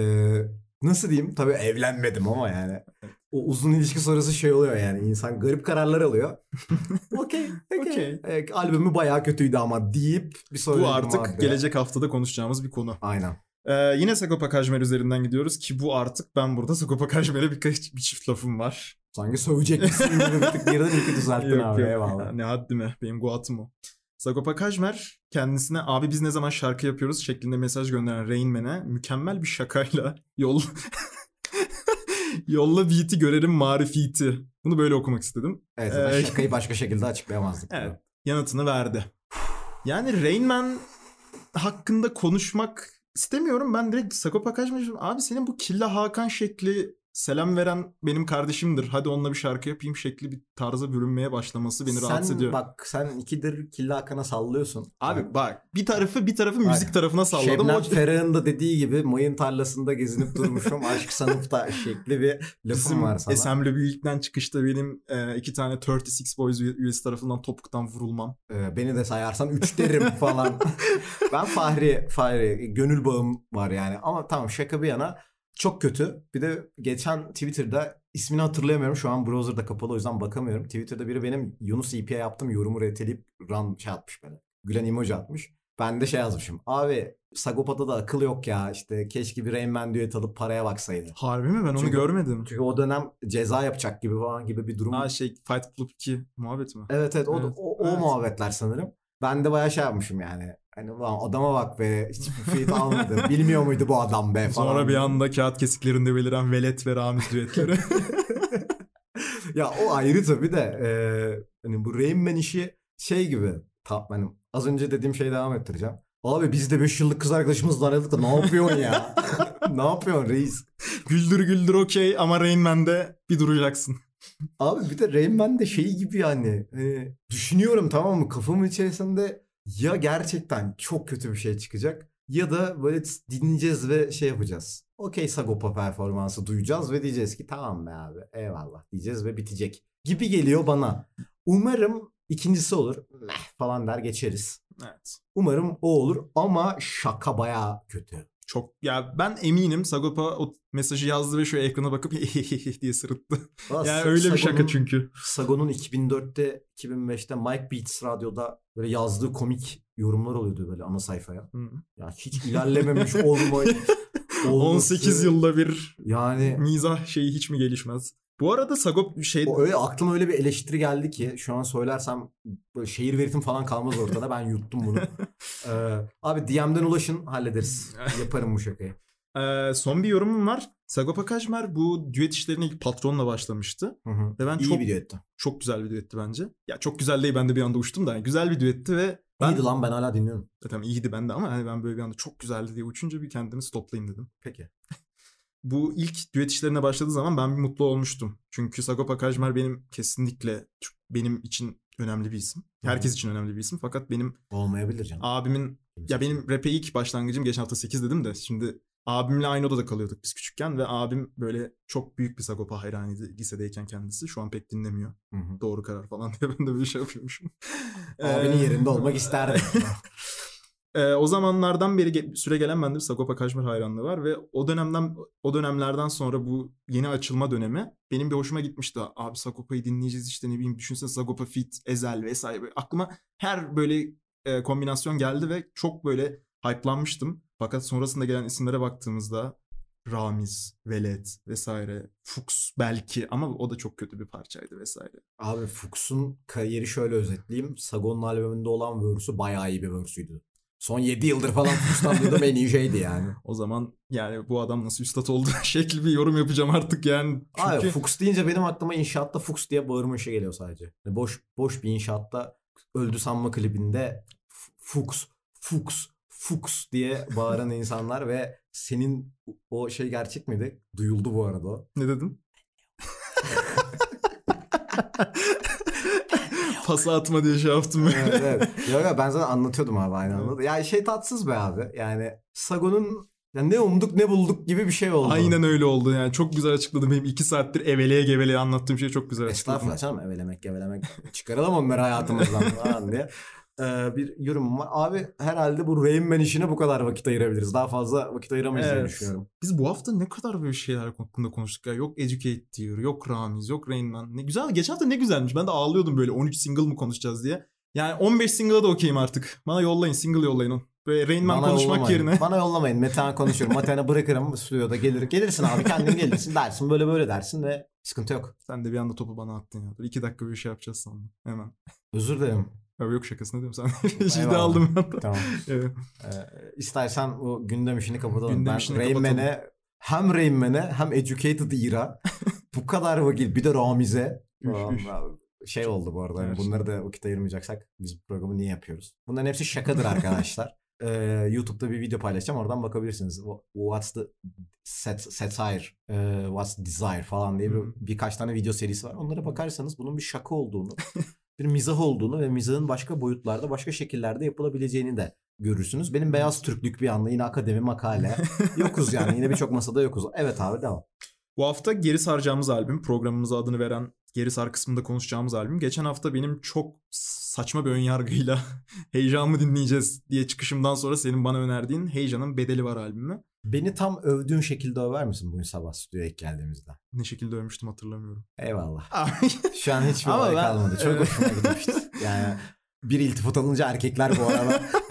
nasıl diyeyim? Tabii evlenmedim ama yani. O uzun ilişki sonrası şey oluyor yani. İnsan garip kararlar alıyor. Okey. Albümü bayağı kötüydü ama deyip bir sonraki Bu artık madde. gelecek haftada konuşacağımız bir konu. Aynen. Yine Sagopa Kajmer üzerinden gidiyoruz ki bu artık ben burada Sagopa Kajmer'e bir çift lafım var. Sanki sövecek misin gibi bir tık birden ilki düzelttin abi. Eyvallah. Ne haddime. Benim guatım o. Sagopa Kajmer kendisine abi biz ne zaman şarkı yapıyoruz şeklinde mesaj gönderen Rain Man'e mükemmel bir şakayla yolla beat'i görelim marifiti. Bunu böyle okumak istedim. Evet şakayı başka şekilde açıklayamazdık. Evet. Yanıtını verdi. Yani Rain Man hakkında konuşmak istemiyorum. Ben direkt Sagopa Kajmer abi senin bu Killa Hakan şekli selam veren benim kardeşimdir. Hadi onunla bir şarkı yapayım şekli bir tarza bürünmeye başlaması beni rahatsız ediyor. Sen ikidir Killa Hakan'a sallıyorsun. Abi bak bir tarafı müzik tarafına salladım. Şebnem Ferah'ın da dediği gibi mayın tarlasında gezinip durmuşum. Aşk sanıfta şekli bir lafım var sana. Assembly Büyük'ten çıkışta benim 2 tane 36 Boys üyesi tarafından topuktan vurulmam. Beni de sayarsan 3 derim falan. Ben Fahri gönül bağım var yani. Ama tamam şaka bir yana. Çok kötü. Bir de geçen Twitter'da ismini hatırlayamıyorum. Şu an browser'da kapalı o yüzden bakamıyorum. Twitter'da biri benim Yunus EP'ye yaptığım yorumu reteleyip şey atmış bana. Gülen emoji atmış. Ben de şey yazmışım. Abi Sagopa'da da akıl yok ya. İşte keşke bir Rain Man düet alıp paraya baksaydı. Harbi mi? Ben onu Çünkü- görmedim. Çünkü o dönem ceza yapacak gibi falan gibi bir durum. Fight Club 2 muhabbet mi? Evet o Evet, o evet. muhabbetler sanırım. Ben de bayağı şey yapmışım yani. Hani ulan adama bak be hiçbir feat almadı. Bilmiyor muydu bu adam be falan. Sonra bir anda kağıt kesiklerinde beliren Velet ve Ramiz düetleri. Ya o ayrı tabii de hani bu Rain Man işi şey gibi. Hani az önce dediğim şeyi devam ettireceğim. Abi biz de 5 yıllık kız arkadaşımızla ayrıldık da ne yapıyorsun ya? Ne yapıyorsun reis? Güldür güldür okey ama Rain Man'de bir duracaksın. Abi bir de Rain Man de şey gibi yani. Düşünüyorum tamam mı? Kafamın içerisinde ya gerçekten çok kötü bir şey çıkacak ya da böyle dinleyeceğiz ve şey yapacağız. Okey Sagopa performansı duyacağız ve diyeceğiz ki tamam be abi eyvallah diyeceğiz ve bitecek gibi geliyor bana. Umarım ikincisi olur. Meh falan der geçeriz. Evet. Umarım o olur ama şaka bayağı kötü. Çok ya ben eminim Sagopa o mesajı yazdı ve şöyle ekrana bakıp diye sırıttı. Yani öyle bir şaka çünkü. Sagon'un 2004'te 2005'te Mike Beats radyoda böyle yazdığı komik yorumlar oluyordu böyle ana sayfaya. Ya hiç ilerlememiş olmayı. 18 yılda bir yani mizah şeyi hiç mi gelişmez? Bu arada Sagop şey... Öyle aklıma öyle bir eleştiri geldi ki şu an söylersem böyle şehir veritim falan kalmaz ortada. Ben yuttum bunu. Abi DM'den ulaşın hallederiz. Yaparım bu şakayı. Son bir yorumum var. Sagopa Kajmer bu düet işlerine ilk Patron'la başlamıştı. Hı. Ve ben İyi bir düetti. Çok güzel bir düetti bence. Ya çok güzel değil ben de bir anda uçtum da. Yani güzel bir düetti ve İyiydi lan ben hala dinliyorum. Tamam iyiydi ben de ama hani ben böyle bir anda çok güzeldi diye uçunca bir kendimi stoplayayım dedim. Peki. Bu ilk düet işlerine başladığı zaman ben bir mutlu olmuştum. Çünkü Sagopa Kajmer benim için önemli bir isim. Herkes için önemli bir isim. Fakat benim olmayabilir canım. Benim rap'e ilk başlangıcım geçen hafta 8 dedim de şimdi abimle aynı odada kalıyorduk biz küçükken ve abim böyle çok büyük bir Sagopa hayranıydı lisedeyken kendisi. Şu an pek dinlemiyor. Hı. Doğru karar falan diye ben de böyle şey yapıyormuşum. Abinin yerinde olmak isterdim. O zamanlardan beri süre gelen bende bir Sagopa Kajmer hayranlığı var ve o dönemlerden sonra bu yeni açılma dönemi benim bir hoşuma gitmişti. Abi Sagopa'yı dinleyeceğiz işte ne bileyim düşünsene Sagopa feat. Ezel vesaire böyle aklıma her böyle kombinasyon geldi ve çok böyle hype'lanmıştım. Fakat sonrasında gelen isimlere baktığımızda Ramiz, Velet vesaire, Fuchs belki ama o da çok kötü bir parçaydı vesaire. Abi Fuchs'un kariyeri şöyle özetleyeyim. Sagon'un albümünde olan verse'ü bayağı iyi bir verse'üydü. Son 7 yıldır falan Fuchs'tan duyduğum en iyi şeydi yani. O zaman yani bu adam nasıl üstad oldu şekli bir yorum yapacağım artık yani. Çünkü... Abi Fuchs deyince benim aklıma inşaatta Fuchs diye bağırma işi geliyor sadece. Yani boş bir inşaatta öldü sanma klibinde Fuchs diye bağıran insanlar ve senin o şey gerçek miydi? Duyuldu bu arada o. Ne dedin? Pası atma diye şey yaptım böyle. Evet. Ya ben zaten anlatıyordum abi aynı anda. Yani şey tatsız be abi. Yani Sagon'un yani ne umduk ne bulduk gibi bir şey oldu. Aynen öyle oldu yani. Çok güzel açıkladım. Benim 2 saattir eveleye geveleye anlattığım şeyi çok güzel açıkladım. Estağfurullah canım evelemek gevelemek. Çıkaralım onları hayatımızdan falan diye. Bir yorumum var. Abi herhalde bu Rain Man işine bu kadar vakit ayırabiliriz. Daha fazla vakit ayıramayız diye düşünüyorum. Biz bu hafta ne kadar böyle şeyler hakkında konuştuk ya. Yok Educate diyor, yok Ramiz, yok Rain Man. Ne güzel. Geçen hafta ne güzelmiş. Ben de ağlıyordum böyle 13 single mı konuşacağız diye. Yani 15 single'a da okeyim artık. Bana yollayın, single yollayın onu. Böyle Rain Man konuşmak yerine. Bana yollamayın. Metehan konuşuyorum. Metehan'a bırakırım stüdyoda gelir. Gelirsin abi kendin gelirsin dersin. Böyle dersin ve sıkıntı yok. Sen de bir anda topu bana attın ya. 2 dakika bir şey yapacağız sandım. Hemen. Özür dilerim. Yok şakasını diyorum sen. Ciddi aldım ben. Tamam. Evet. İstersen o gündem işini kapatalım. Gündem ben işini Rain Man'e hem Educated Ira bu kadar vakit bir de Ramiz'e şey oldu bu arada. Yani bunları da vakit ayırmayacaksak biz bu programı niye yapıyoruz? Bunların hepsi şakadır arkadaşlar. YouTube'da bir video paylaşacağım. Oradan bakabilirsiniz. What's the satire, what's the desire falan diye birkaç tane video serisi var. Onlara bakarsanız bunun bir şaka olduğunu, bir mizah olduğunu ve mizahın başka boyutlarda, başka şekillerde yapılabileceğini de görürsünüz. Benim beyaz Türklük bir anda yine akademi makale. Yokuz yani. Yine birçok masada yokuz. Evet abi devam. Bu hafta geri saracağımız albüm, programımıza adını veren geri sar kısmında konuşacağımız albüm. Geçen hafta benim çok saçma bir önyargıyla Heyecan mı dinleyeceğiz diye çıkışımdan sonra senin bana önerdiğin Heyecan'ın Bedeli Var albümü. Beni tam övdüğün şekilde över misin bugün sabah stüdyoya ilk geldiğimizde? Ne şekilde övmüştüm hatırlamıyorum. Eyvallah. Şu an hiçbir olay kalmadı. Çok hoşuma gitmişti. Yani bir iltifat alınca erkekler bu arada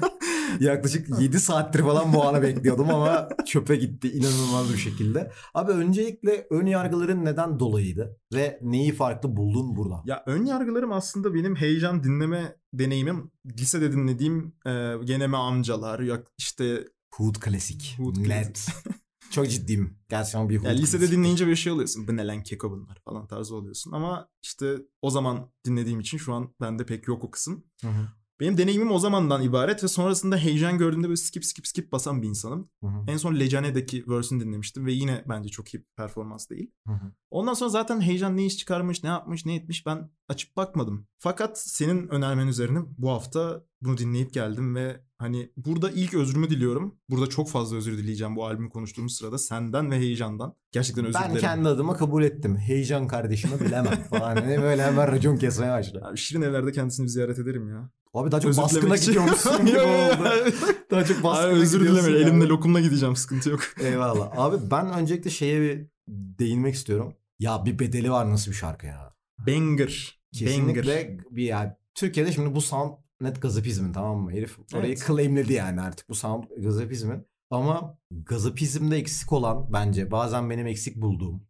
Yaklaşık 7 saattir falan bu anı bekliyordum ama çöpe gitti inanılmaz bir şekilde. Abi öncelikle ön yargıların neden dolayıydı ve neyi farklı buldun burada? Ya ön yargılarım aslında benim heyecan dinleme deneyimim. Lisede dinlediğim geneme amcalar, işte Hood klasik. Hood Net. Çok ciddiyim. Gerçekten bir Hood yani lisede klasik. dinleyince bir şey oluyorsun. Bu ne lan keko bunlar falan tarzı oluyorsun. Ama işte o zaman dinlediğim için şu an bende pek yok o kısım. Hı hı. Benim deneyimim o zamandan ibaret ve sonrasında heyecan gördüğümde böyle skip basan bir insanım. Hı hı. En son Lecane'deki verse'ünü dinlemiştim ve yine bence çok iyi bir performans değil. Hı hı. Ondan sonra zaten heyecan ne iş çıkarmış, ne yapmış, ne etmiş ben açıp bakmadım. Fakat senin önermen üzerine bu hafta bunu dinleyip geldim ve hani burada ilk özrümü diliyorum. Burada çok fazla özür dileyeceğim bu albümü konuştuğumuz sırada senden ve heyecandan. Gerçekten özür dilerim. Ben kendi adıma kabul ettim. Heyecan kardeşimi bilemem falan. Hani böyle hemen racon kesmeye başladı. Abi Şirin evlerde kendisini bir ziyaret ederim ya. Abi daha çok Özür baskına dilemek için. gidiyormuşsun gibi oldu. Daha çok baskına Abi özür gidiyorsun dileme. ya. Elimde lokumla gideceğim. Sıkıntı yok. Eyvallah. Abi ben öncelikle şeye bir değinmek istiyorum. Ya bir bedeli var nasıl bir şarkı ya. Banger. Kesinlikle bir yani Türkiye'de şimdi bu sound net Gazapizm'in, tamam mı? Herif orayı Evet. claimledi yani artık bu sound Gazapizm'in. Ama Gazapizm'de eksik olan bence bazen benim eksik bulduğum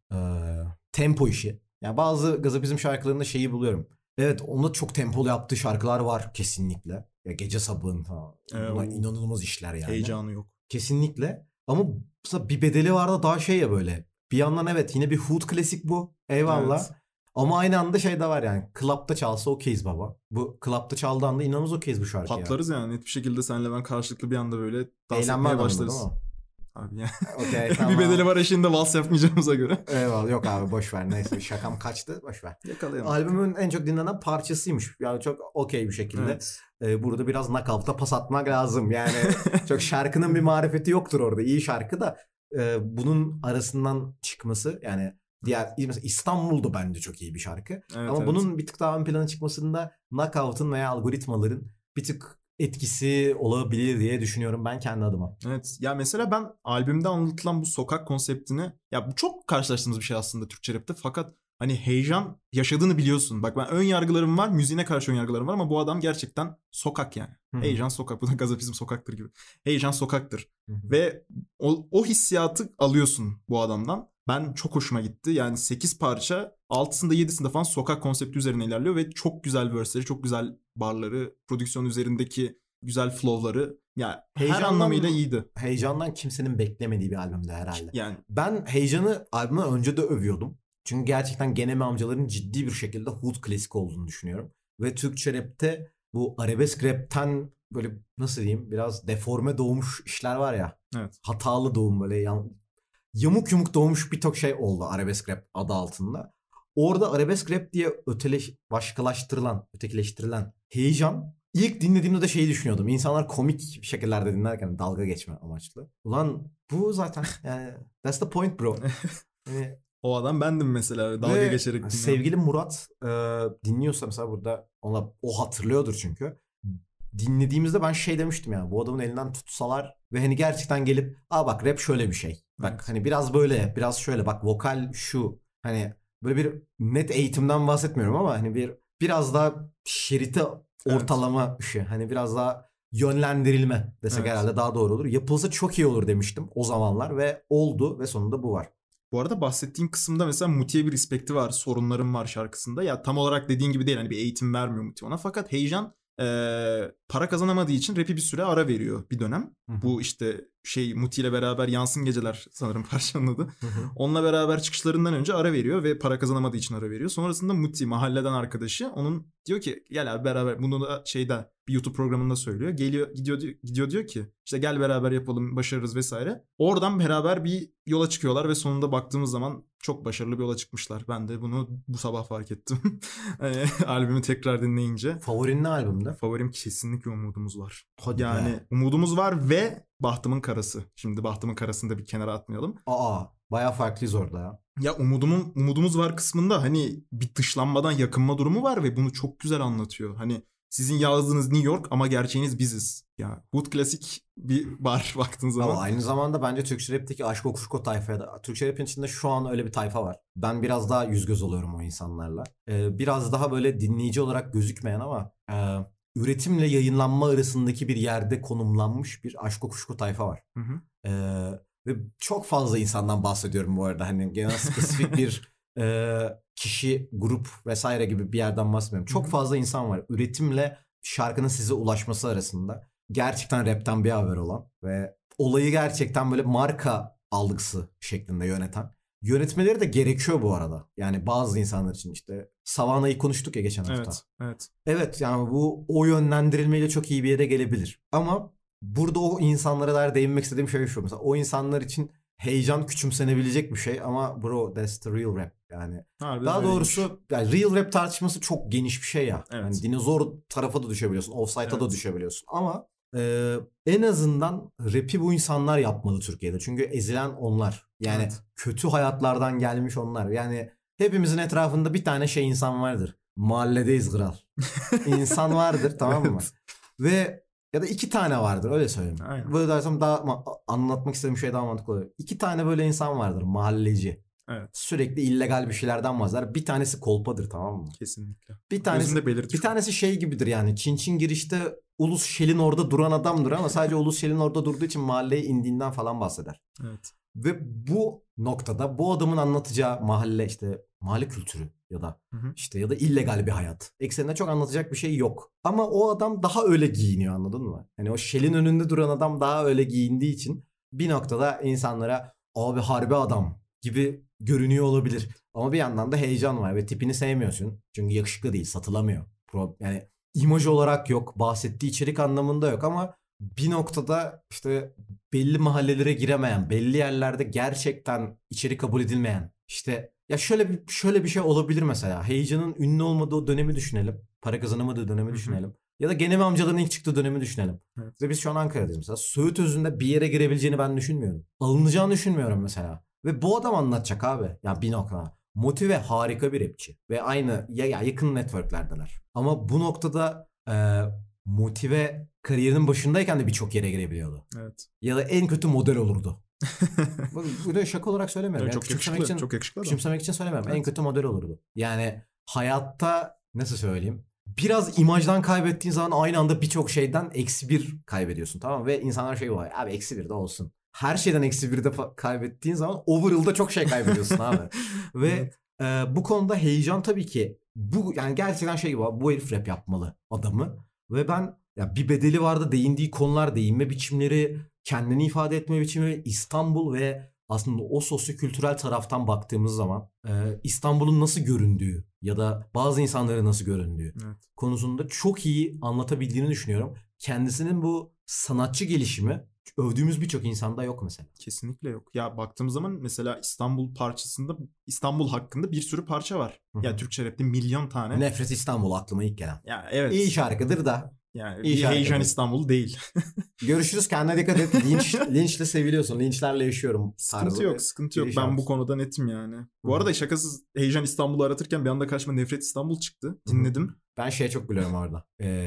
tempo işi. Yani bazı Gazapizm şarkılarında şeyi buluyorum. Evet onda çok tempolu yaptığı şarkılar var kesinlikle. Ya Gece Sabahın falan. Bunlar inanılmaz işler yani. Heyecanı yok. Kesinlikle. Ama mesela bir bedeli var da daha şey ya böyle. Bir yandan evet yine bir Hood klasik bu. Eyvallah. Evet. Ama aynı anda şey de var yani. Club'da çalsa okeyiz baba. Bu Club'da çaldığı anda inanılmaz okeyiz bu şarkıya. Patlarız yani net bir şekilde senle ben karşılıklı bir anda böyle dans Eğlenme etmeye anlamında başlarız. değil mi? Abi yani. Okey tamam. Bir bedeli var eşiğinde vals yapmayacağımıza göre. Eyvallah yok abi boş ver. Neyse şakam kaçtı boş ver. Yakalayalım. Albümün en çok dinlenen parçasıymış. Yani çok okey bir şekilde. Evet. Burada biraz knockout'a pas atmak lazım. Yani çok şarkının bir marifeti yoktur orada. İyi şarkı da bunun arasından çıkması yani diğer mesela İstanbul'da bence çok iyi bir şarkı. Evet, Ama evet. bunun bir tık daha ön plana çıkmasında knockout'un veya algoritmaların bir tık etkisi olabilir diye düşünüyorum ben kendi adıma. Evet. Ya mesela ben albümde anlatılan bu sokak konseptini ya bu çok karşılaştığımız bir şey aslında Türkçe rapte fakat hani heyecan yaşadığını biliyorsun. Bak ben ön yargılarım var, müziğine karşı ön yargılarım var ama bu adam gerçekten sokak yani. Hı-hı. Heyecan sokak. Bu da Gazapizm sokaktır gibi. Heyecan sokaktır. Hı-hı. Ve o hissiyatı alıyorsun bu adamdan. Ben çok hoşuma gitti. Yani 8 parça 6'sında 7'sinde falan sokak konsepti üzerine ilerliyor ve çok güzel verse'leri, çok güzel barları, prodüksiyon üzerindeki güzel flow'ları yani her anlamıyla iyiydi. Heyecandan kimsenin beklemediği bir albümdü herhalde. Yani ben Heyecan'ı albümden önce de övüyordum. Çünkü gerçekten Geneme amcaların ciddi bir şekilde Hood klasik olduğunu düşünüyorum. Ve Türkçe rapte bu arabesk rapten böyle nasıl diyeyim biraz deforme doğmuş işler var ya. Evet. Hatalı doğum böyle yamuk yumuk doğmuş bir tok şey oldu arabesk rap adı altında. Orada arabesk rap diye ötekileştirilen Heyecan ilk dinlediğimde de şeyi düşünüyordum. İnsanlar komik şekillerde dinlerken dalga geçme amaçlı. Ulan bu zaten yani that's the point bro. Yani, o adam bendim mesela dalga geçerek dinleyen. Sevgili Murat dinliyorsa mesela burada o hatırlıyordur çünkü. Dinlediğimizde ben şey demiştim yani bu adamın elinden tutsalar ve hani gerçekten gelip bak rap şöyle bir şey. Bak Evet. hani biraz böyle biraz şöyle bak vokal şu hani böyle bir net eğitimden bahsetmiyorum ama hani biraz daha şerite ortalama işi. Hani biraz daha yönlendirilme desek herhalde daha doğru olur. Yapılsa çok iyi olur demiştim o zamanlar ve oldu ve sonunda bu var. Bu arada bahsettiğim kısımda mesela Muti'ye bir respekti var. Sorunlarım var şarkısında. Ya tam olarak dediğin gibi değil. Hani bir eğitim vermiyor Muti ona. Fakat Heyecan para kazanamadığı için rap'i bir süre ara veriyor bir dönem. Hı-hı. Bu işte Muti ile beraber Yansın Geceler sanırım parçanın adı. Hı-hı. Onunla beraber çıkışlarından önce ara veriyor ve para kazanamadığı için ara veriyor. Sonrasında Muti mahalleden arkadaşı onun diyor ki gel abi beraber bunu da bir YouTube programında söylüyor. Gidiyor diyor ki işte gel beraber yapalım başarırız vesaire. Oradan beraber bir yola çıkıyorlar ve sonunda baktığımız zaman çok başarılı bir yola çıkmışlar. Ben de bunu bu sabah fark ettim. Albümü tekrar dinleyince. Favorin ne albümde? Favorim kesinlikle Umudumuz Var. Hadi yani be. Umudumuz Var ve Bahtımın Karası. Şimdi Bahtımın Karası'nı da bir kenara atmayalım. Bayağı farklıyız orada ya. Ya Umudumuz Var kısmında hani bir dışlanmadan yakınma durumu var ve bunu çok güzel anlatıyor. Hani sizin yazdığınız New York ama gerçeğiniz biziz. Ya Hood klasik bir bar baktığın zaman. Ama aynı zamanda bence Türkçe rap'teki aşk okuşko tayfaya da. Türkçe rap'in içinde şu an öyle bir tayfa var. Ben biraz daha yüz göz oluyorum o insanlarla. Biraz daha böyle dinleyici olarak gözükmeyen ama üretimle yayınlanma arasındaki bir yerde konumlanmış bir aşk kuşku tayfa var. Hı hı. Ve çok fazla insandan bahsediyorum bu arada. Hani genel spesifik bir kişi, grup vesaire gibi bir yerden bahsetmiyorum. Çok fazla insan var. Üretimle şarkının size ulaşması arasında gerçekten rapten bir haber olan ve olayı gerçekten böyle marka algısı şeklinde yöneten. Yönetmeleri de gerekiyor bu arada. Yani bazı insanlar için işte Savannah'yı konuştuk ya geçen hafta. Evet. Evet yani bu o yönlendirilmeyle çok iyi bir yere gelebilir. Ama burada o insanlara dair değinmek istediğim şey şu. Mesela o insanlar için heyecan küçümsenebilecek bir şey ama bro that's the real rap yani. Harbiden Daha öyleymiş. doğrusu yani real rap tartışması çok geniş bir şey ya. Evet. Yani dinozor tarafa da düşebiliyorsun, offside'a da Evet. düşebiliyorsun ama en azından rap'i bu insanlar yapmalı Türkiye'de. Çünkü ezilen onlar. Yani Evet. kötü hayatlardan gelmiş onlar. Yani hepimizin etrafında bir tane şey insan vardır. Mahalledeyiz kral. İnsan vardır tamam mı? Evet. Ve ya da 2 tane vardır öyle söyleyeyim. Aynen. Böyle dersem daha anlatmak istediğim şey daha mantıklı olur. 2 tane böyle insan vardır mahalleci. Evet. Sürekli illegal bir şeylerden bahseder. Bir tanesi kolpadır tamam mı? Kesinlikle. Bir tanesi Gözünde belirtir. bir tanesi şey gibidir yani. Çin girişte Ulus Şel'in orada duran adamdır ama sadece Ulus Şel'in orada durduğu için mahalleye indiğinden falan bahseder. Evet. Ve bu noktada bu adamın anlatacağı mahalle işte mahalle kültürü ya da işte ya da illegal bir hayat. Ekseninde çok anlatacak bir şey yok. Ama o adam daha öyle giyiniyor anladın mı? Hani o Shell'in önünde duran adam daha öyle giyindiği için bir noktada insanlara abi harbi adam gibi görünüyor olabilir. Ama bir yandan da heyecan var ve tipini sevmiyorsun. Çünkü yakışıklı değil, satılamıyor. Yani imaj olarak yok, bahsettiği içerik anlamında yok ama bir noktada işte belli mahallelere giremeyen, belli yerlerde gerçekten içeri kabul edilmeyen işte ya şöyle bir şey olabilir mesela. Heyecanın ünlü olmadığı o dönemi düşünelim. Para kazanamadığı dönemi düşünelim. Ya da Genemi amcaların ilk çıktığı dönemi düşünelim. Evet. Ve biz şu an Ankara'dayız mesela. Söğüt Özü'nde bir yere girebileceğini ben düşünmüyorum. Alınacağını düşünmüyorum mesela. Ve bu adam anlatacak abi. Ya bir noktada. Motive harika bir rapçi. Ve aynı ya yakın networklerdeler. Ama bu noktada Motive kariyerinin başındayken de birçok yere girebiliyordu. Evet. Ya da en kötü model olurdu. Bu da şaka olarak söylemiyorum. Evet, Yani çok yakışıklı. Çok yakışıklı adam. küçümsemek için söylemiyorum. Evet. En kötü model olurdu. Yani hayatta nasıl söyleyeyim? Biraz imajdan kaybettiğin zaman aynı anda birçok şeyden -1 kaybediyorsun tamam mı? Ve insanlar şey var. Abi -1 de olsun. Her şeyden -1 de kaybettiğin zaman overall'da çok şey kaybediyorsun abi. Ve bu konuda heyecan tabii ki bu yani gerçekten şey gibi bu herif rap yapmalı adamı. Ve ben ya bir bedeli vardı değindiği konular, değinme biçimleri, kendini ifade etme biçimi, İstanbul ve aslında o sosyokültürel taraftan baktığımız zaman İstanbul'un nasıl göründüğü ya da bazı insanların nasıl göründüğü konusunda çok iyi anlatabildiğini düşünüyorum. Kendisinin bu sanatçı gelişimi övdüğümüz birçok insanda yok mesela. Kesinlikle yok. Ya baktığımız zaman mesela İstanbul parçasında İstanbul hakkında bir sürü parça var. Ya Türkçe rapte milyon tane. Nefret İstanbul aklıma ilk gelen. Ya evet. İyi şarkıdır da. Yani İyi bir heyecan İstanbul değil. Görüşürüz, kendine dikkat et. Linçle seviliyorsun. Linçlerle yaşıyorum. Sıkıntı yok. Ben bu konuda netim yani. Bu arada şakasız heyecan İstanbul'u aratırken bir anda karşıma Nefret İstanbul çıktı. Dinledim. Ben şeye çok gülüyorum orada.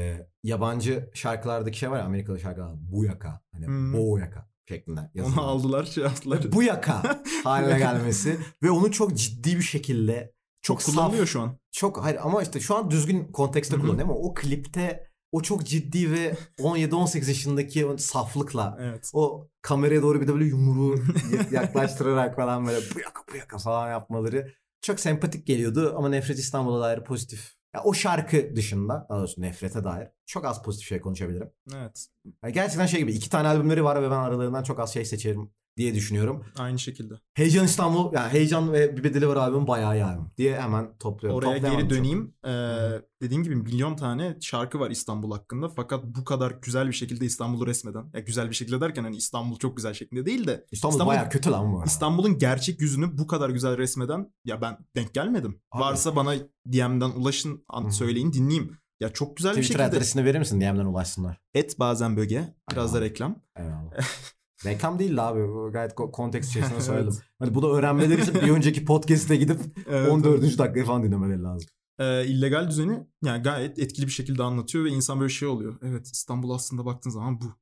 Yabancı şarkılardaki şey var ya, Amerikalı şarkılar. Bu yaka. Hani bu yaka şeklinde yazılıyor. Onu aldılar şey yaptılar. Bu yaka haline gelmesi ve onu çok ciddi bir şekilde çok kullanılıyor saf, şu an. Çok hayır ama işte şu an düzgün kontekste kullanıyor ama o klipte o çok ciddi ve 17-18 yaşındaki o saflıkla o kameraya doğru bir de böyle yumruğu yaklaştırarak falan böyle bu yaka falan yapmaları çok sempatik geliyordu ama Nefret İstanbul'a dair pozitif. Ya o şarkı dışında, daha doğrusu Nefret'e dair çok az pozitif şey konuşabilirim. Evet. Yani gerçekten şey gibi 2 tane albümleri var ve ben aralarından çok az şey seçerim diye düşünüyorum. Aynı şekilde. Heyecan İstanbul, yani Heyecan ve Bir Bedeli Var albüm bayağı iyi albüm diye hemen topluyorum. Oraya geri döneyim. Dediğim gibi milyon tane şarkı var İstanbul hakkında. Fakat bu kadar güzel bir şekilde İstanbul'u resmeden. Ya güzel bir şekilde derken hani İstanbul çok güzel şekilde değil de. İstanbul bayağı kötü lan bu arada. İstanbul'un gerçek yüzünü bu kadar güzel resmeden ya ben denk gelmedim. Abi. Varsa bana DM'den ulaşın, söyleyin, dinleyeyim. Ya çok güzel bir şekilde. Twitter adresini verir misin DM'den ulaşsınlar? Bazen böge. Biraz da reklam. Eyvallah. Reklam değil abi. Gayet kontekst içerisinde söyledim. Hani bunu öğrenmeleri için bir önceki podcast'e gidip 14. dakikayı falan dinlemeleri lazım. İllegal düzeni yani gayet etkili bir şekilde anlatıyor ve insan böyle şey oluyor. Evet, İstanbul aslında baktığın zaman bu.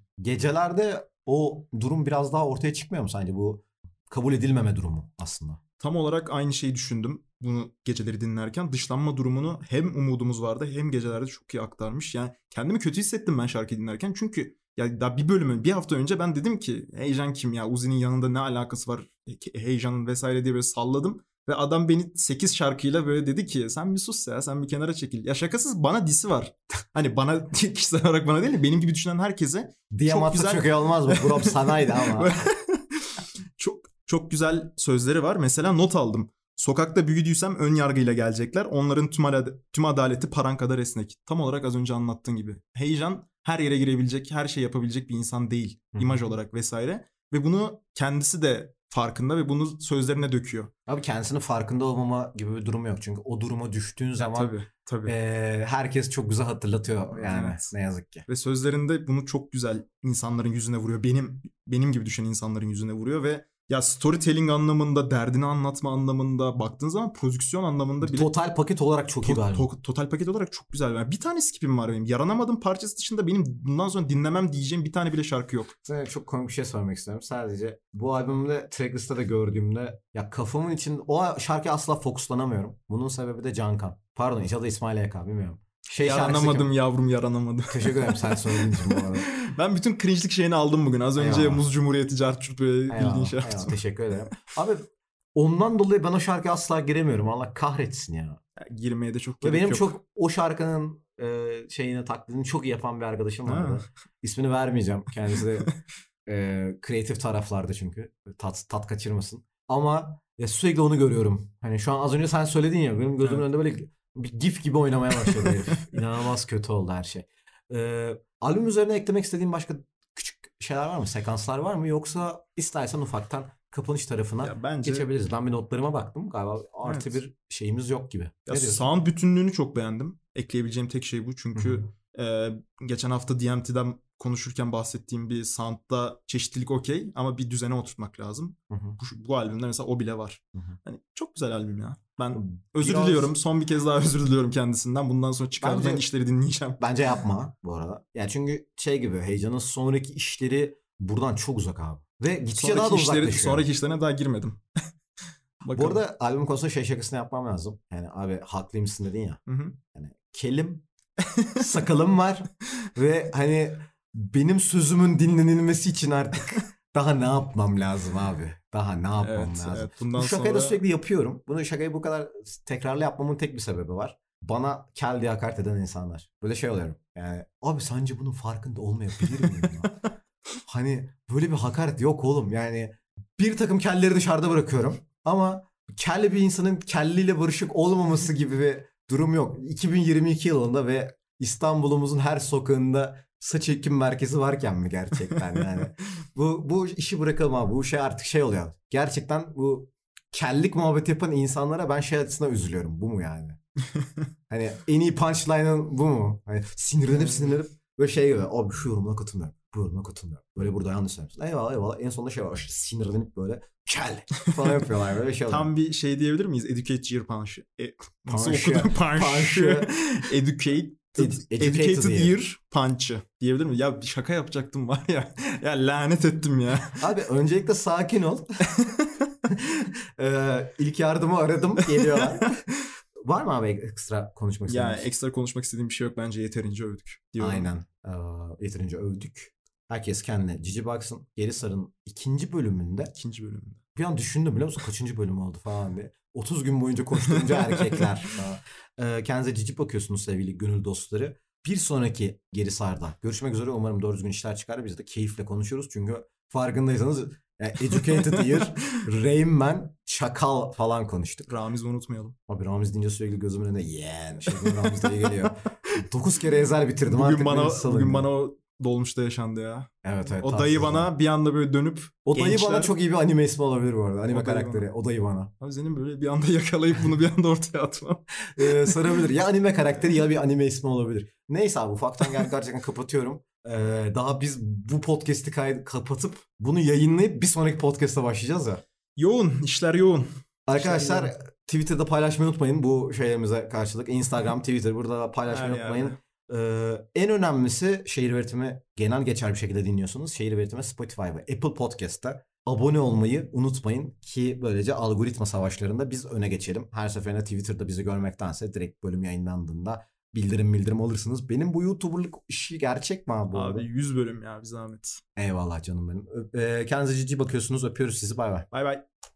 Gecelerde o durum biraz daha ortaya çıkmıyor mu sence? Bu kabul edilmeme durumu aslında. Tam olarak aynı şeyi düşündüm bunu geceleri dinlerken. Dışlanma durumunu hem umudumuz vardı hem gecelerde çok iyi aktarmış. Yani kendimi kötü hissettim ben şarkı dinlerken. Çünkü ya daha bir hafta önce ben dedim ki Heyecan kim ya? Uzi'nin yanında ne alakası var? Heyecanın vesaire diye böyle salladım. Ve adam beni 8 şarkıyla böyle dedi ki sen bir sus ya, sen bir kenara çekil. Ya şakasız bana disi var. Hani bana kişisel olarak bana değil de benim gibi düşünen herkese Diyamat'ta çok güzel... çok iyi olmaz mı? Buram sanaydı ama. çok güzel sözleri var. Mesela not aldım. Sokakta büyüdüysem ön yargıyla gelecekler. Onların tüm adaleti paran kadar esnek. Tam olarak az önce anlattığın gibi. Heyecan her yere girebilecek, her şey yapabilecek bir insan değil. İmaj olarak vesaire. Ve bunu kendisi de farkında ve bunu sözlerine döküyor. Abi kendisinin farkında olmama gibi bir durum yok. Çünkü o duruma düştüğün zaman tabii. Herkes çok güzel hatırlatıyor yani, evet. Ne yazık ki. Ve sözlerinde bunu çok güzel insanların yüzüne vuruyor. Benim gibi düşünen insanların yüzüne vuruyor ve ya storytelling anlamında, derdini anlatma anlamında, baktığın zaman prodüksiyon anlamında bile... Total paket olarak çok iyi galiba. Total paket olarak çok güzel. Yani bir tane skipim var benim. Yaranamadım parçası dışında benim bundan sonra dinlemem diyeceğim bir tane bile şarkı yok. Sana çok komik bir şey sormak istiyorum. Sadece bu albümde tracklist'te de gördüğümde ya kafamın için o şarkıya asla fokuslanamıyorum. Bunun sebebi de Cankan. Pardon, ya da İsmail YK, bilmiyorum. Yaranamadım yavrum, yaranamadım. Teşekkür ederim sen söylediğin için bu arada. Ben bütün cringe'lik şeyini aldım bugün. Az önce Eyvallah. Muz Cumhuriyeti Carçurt böyle bildiğin şarkı. Eyvallah, teşekkür ederim. Abi ondan dolayı ben o şarkıya asla giremiyorum. Allah kahretsin ya. Girmeye de çok Ve gerek benim yok. çok o şarkının taklidini çok iyi yapan bir arkadaşım vardı. İsmini vermeyeceğim. Kendisi de kreatif taraflarda çünkü. Tat kaçırmasın. Ama ya sürekli onu görüyorum. Hani şu an az önce sen söyledin ya, benim gözümün önünde böyle bir gif gibi oynamaya başladı herif. İnanılmaz kötü oldu her şey. Albüm üzerine eklemek istediğin başka küçük şeyler var mı? Sekanslar var mı? Yoksa istersen ufaktan kapanış tarafına geçebiliriz. Ben bir notlarıma baktım. Galiba artı bir şeyimiz yok gibi. Ya sound bütünlüğünü çok beğendim. Ekleyebileceğim tek şey bu. Çünkü geçen hafta DMT'den konuşurken bahsettiğim bir sound'da çeşitlilik okey ama bir düzene oturtmak lazım. Bu albümde mesela o bile var. Hani çok güzel albüm ya. Ben özür diliyorum. Son bir kez daha özür diliyorum kendisinden. Bundan sonra çıkaracağım işleri dinleyeceğim. Bence yapma bu arada. Yani çünkü şey gibi, Heyecan'ın sonraki işleri buradan çok uzak abi. Ve gittikçe daha da uzaklaşıyor. Sonraki işlerine daha girmedim. Bu arada albüm konusunda şakasını yapmam lazım. Yani abi haklıymışsın dedin ya. Yani kelim, sakalım var ve hani benim sözümün dinlenilmesi için artık daha ne yapmam lazım abi? Daha ne yapmam lazım? Evet, bu şakayı da sürekli yapıyorum. Bunu şakayı bu kadar tekrarlı yapmamın tek bir sebebi var. Bana kel diye hakaret eden insanlar. Böyle şey oluyorum. Yani abi sence bunun farkında olmayabilir miyim ya? Hani böyle bir hakaret yok oğlum. Yani bir takım kelleri dışarıda bırakıyorum. Ama kelli bir insanın kelliyle barışık olmaması gibi bir durum yok. 2022 yılında ve İstanbul'umuzun her sokağında saç ekim merkezi varken mi gerçekten yani? Bu işi bırakalım abi. Bu şey artık şey oluyor. Gerçekten bu kellik muhabbeti yapan insanlara ben şey açısından üzülüyorum. Bu mu yani? Hani en iyi punchline'ın bu mu? Hani sinirlenip böyle şey gibi. Abi şu yorumuna katılmıyorum. Bu yorumuna katılmıyorum. Böyle burada yanlış söylüyorsun. Eyvallah. En sonunda şey var. Sinirlenip böyle kel falan yapıyorlar. Böyle şey oluyor. Tam bir şey diyebilir miyiz? Educate year punch. Nasıl okudun punch? Educated year punch'ı diyebilir miyim? Ya şaka yapacaktım var ya. Ya lanet ettim ya. Abi öncelikle sakin ol. İlk yardımı aradım. Geliyorlar. Var mı abi ekstra konuşmak istediğin? Ya ekstra konuşmak istediğim bir şey yok. Bence yeterince övdük diyorum. Aynen. Yeterince övdük. Herkes kendine cici baksın. Geri Sar'ın ikinci bölümünde. Bir an düşündüm biliyor musun? Kaçıncı bölüm oldu falan diye. 30 gün boyunca koşturunca erkekler falan. Kendinize cici bakıyorsunuz sevgili gönül dostları. Bir sonraki Geri Sar'da görüşmek üzere. Umarım doğru düzgün işler çıkar. Biz de keyifle konuşuyoruz. Çünkü farkındaysanız Educated Year, Rain Man, Çakal falan konuştuk. Ramiz'i unutmayalım. Abi Ramiz deyince sürekli gözümün önünde Ramiz diye geliyor. 9 kere Ezel bitirdim. Bugün bana o dolmuşta yaşandı ya. Evet. O dayı bana bir anda böyle dönüp o dayı bana çok iyi bir anime ismi olabilir bu arada. Anime karakteri. O dayı bana. Abi senin böyle bir anda yakalayıp bunu bir anda ortaya atmam. Sarabilir. Ya anime karakteri ya bir anime ismi olabilir. Neyse abi ufaktan gerçekten kapatıyorum. Daha biz bu podcast'i kapatıp bunu yayınlayıp bir sonraki podcast'a başlayacağız ya. İşler yoğun. Arkadaşlar Twitter'da paylaşmayı unutmayın bu şeylerimize karşılık. Instagram, Twitter burada paylaşmayı unutmayın. En önemlisi Şehir Üretimi genel geçer bir şekilde dinliyorsunuz. Şehir Üretimi Spotify ve Apple Podcast'ta abone olmayı unutmayın ki böylece algoritma savaşlarında biz öne geçelim. Her seferinde Twitter'da bizi görmektense direkt bölüm yayınlandığında bildirim alırsınız. Benim bu YouTuber'lık işi gerçek mi abi bu arada? Abi 100 bölüm ya, bir zahmet. Eyvallah canım benim. Kendinize ciddi bakıyorsunuz. Öpüyoruz sizi. Bay bay. Bay bay.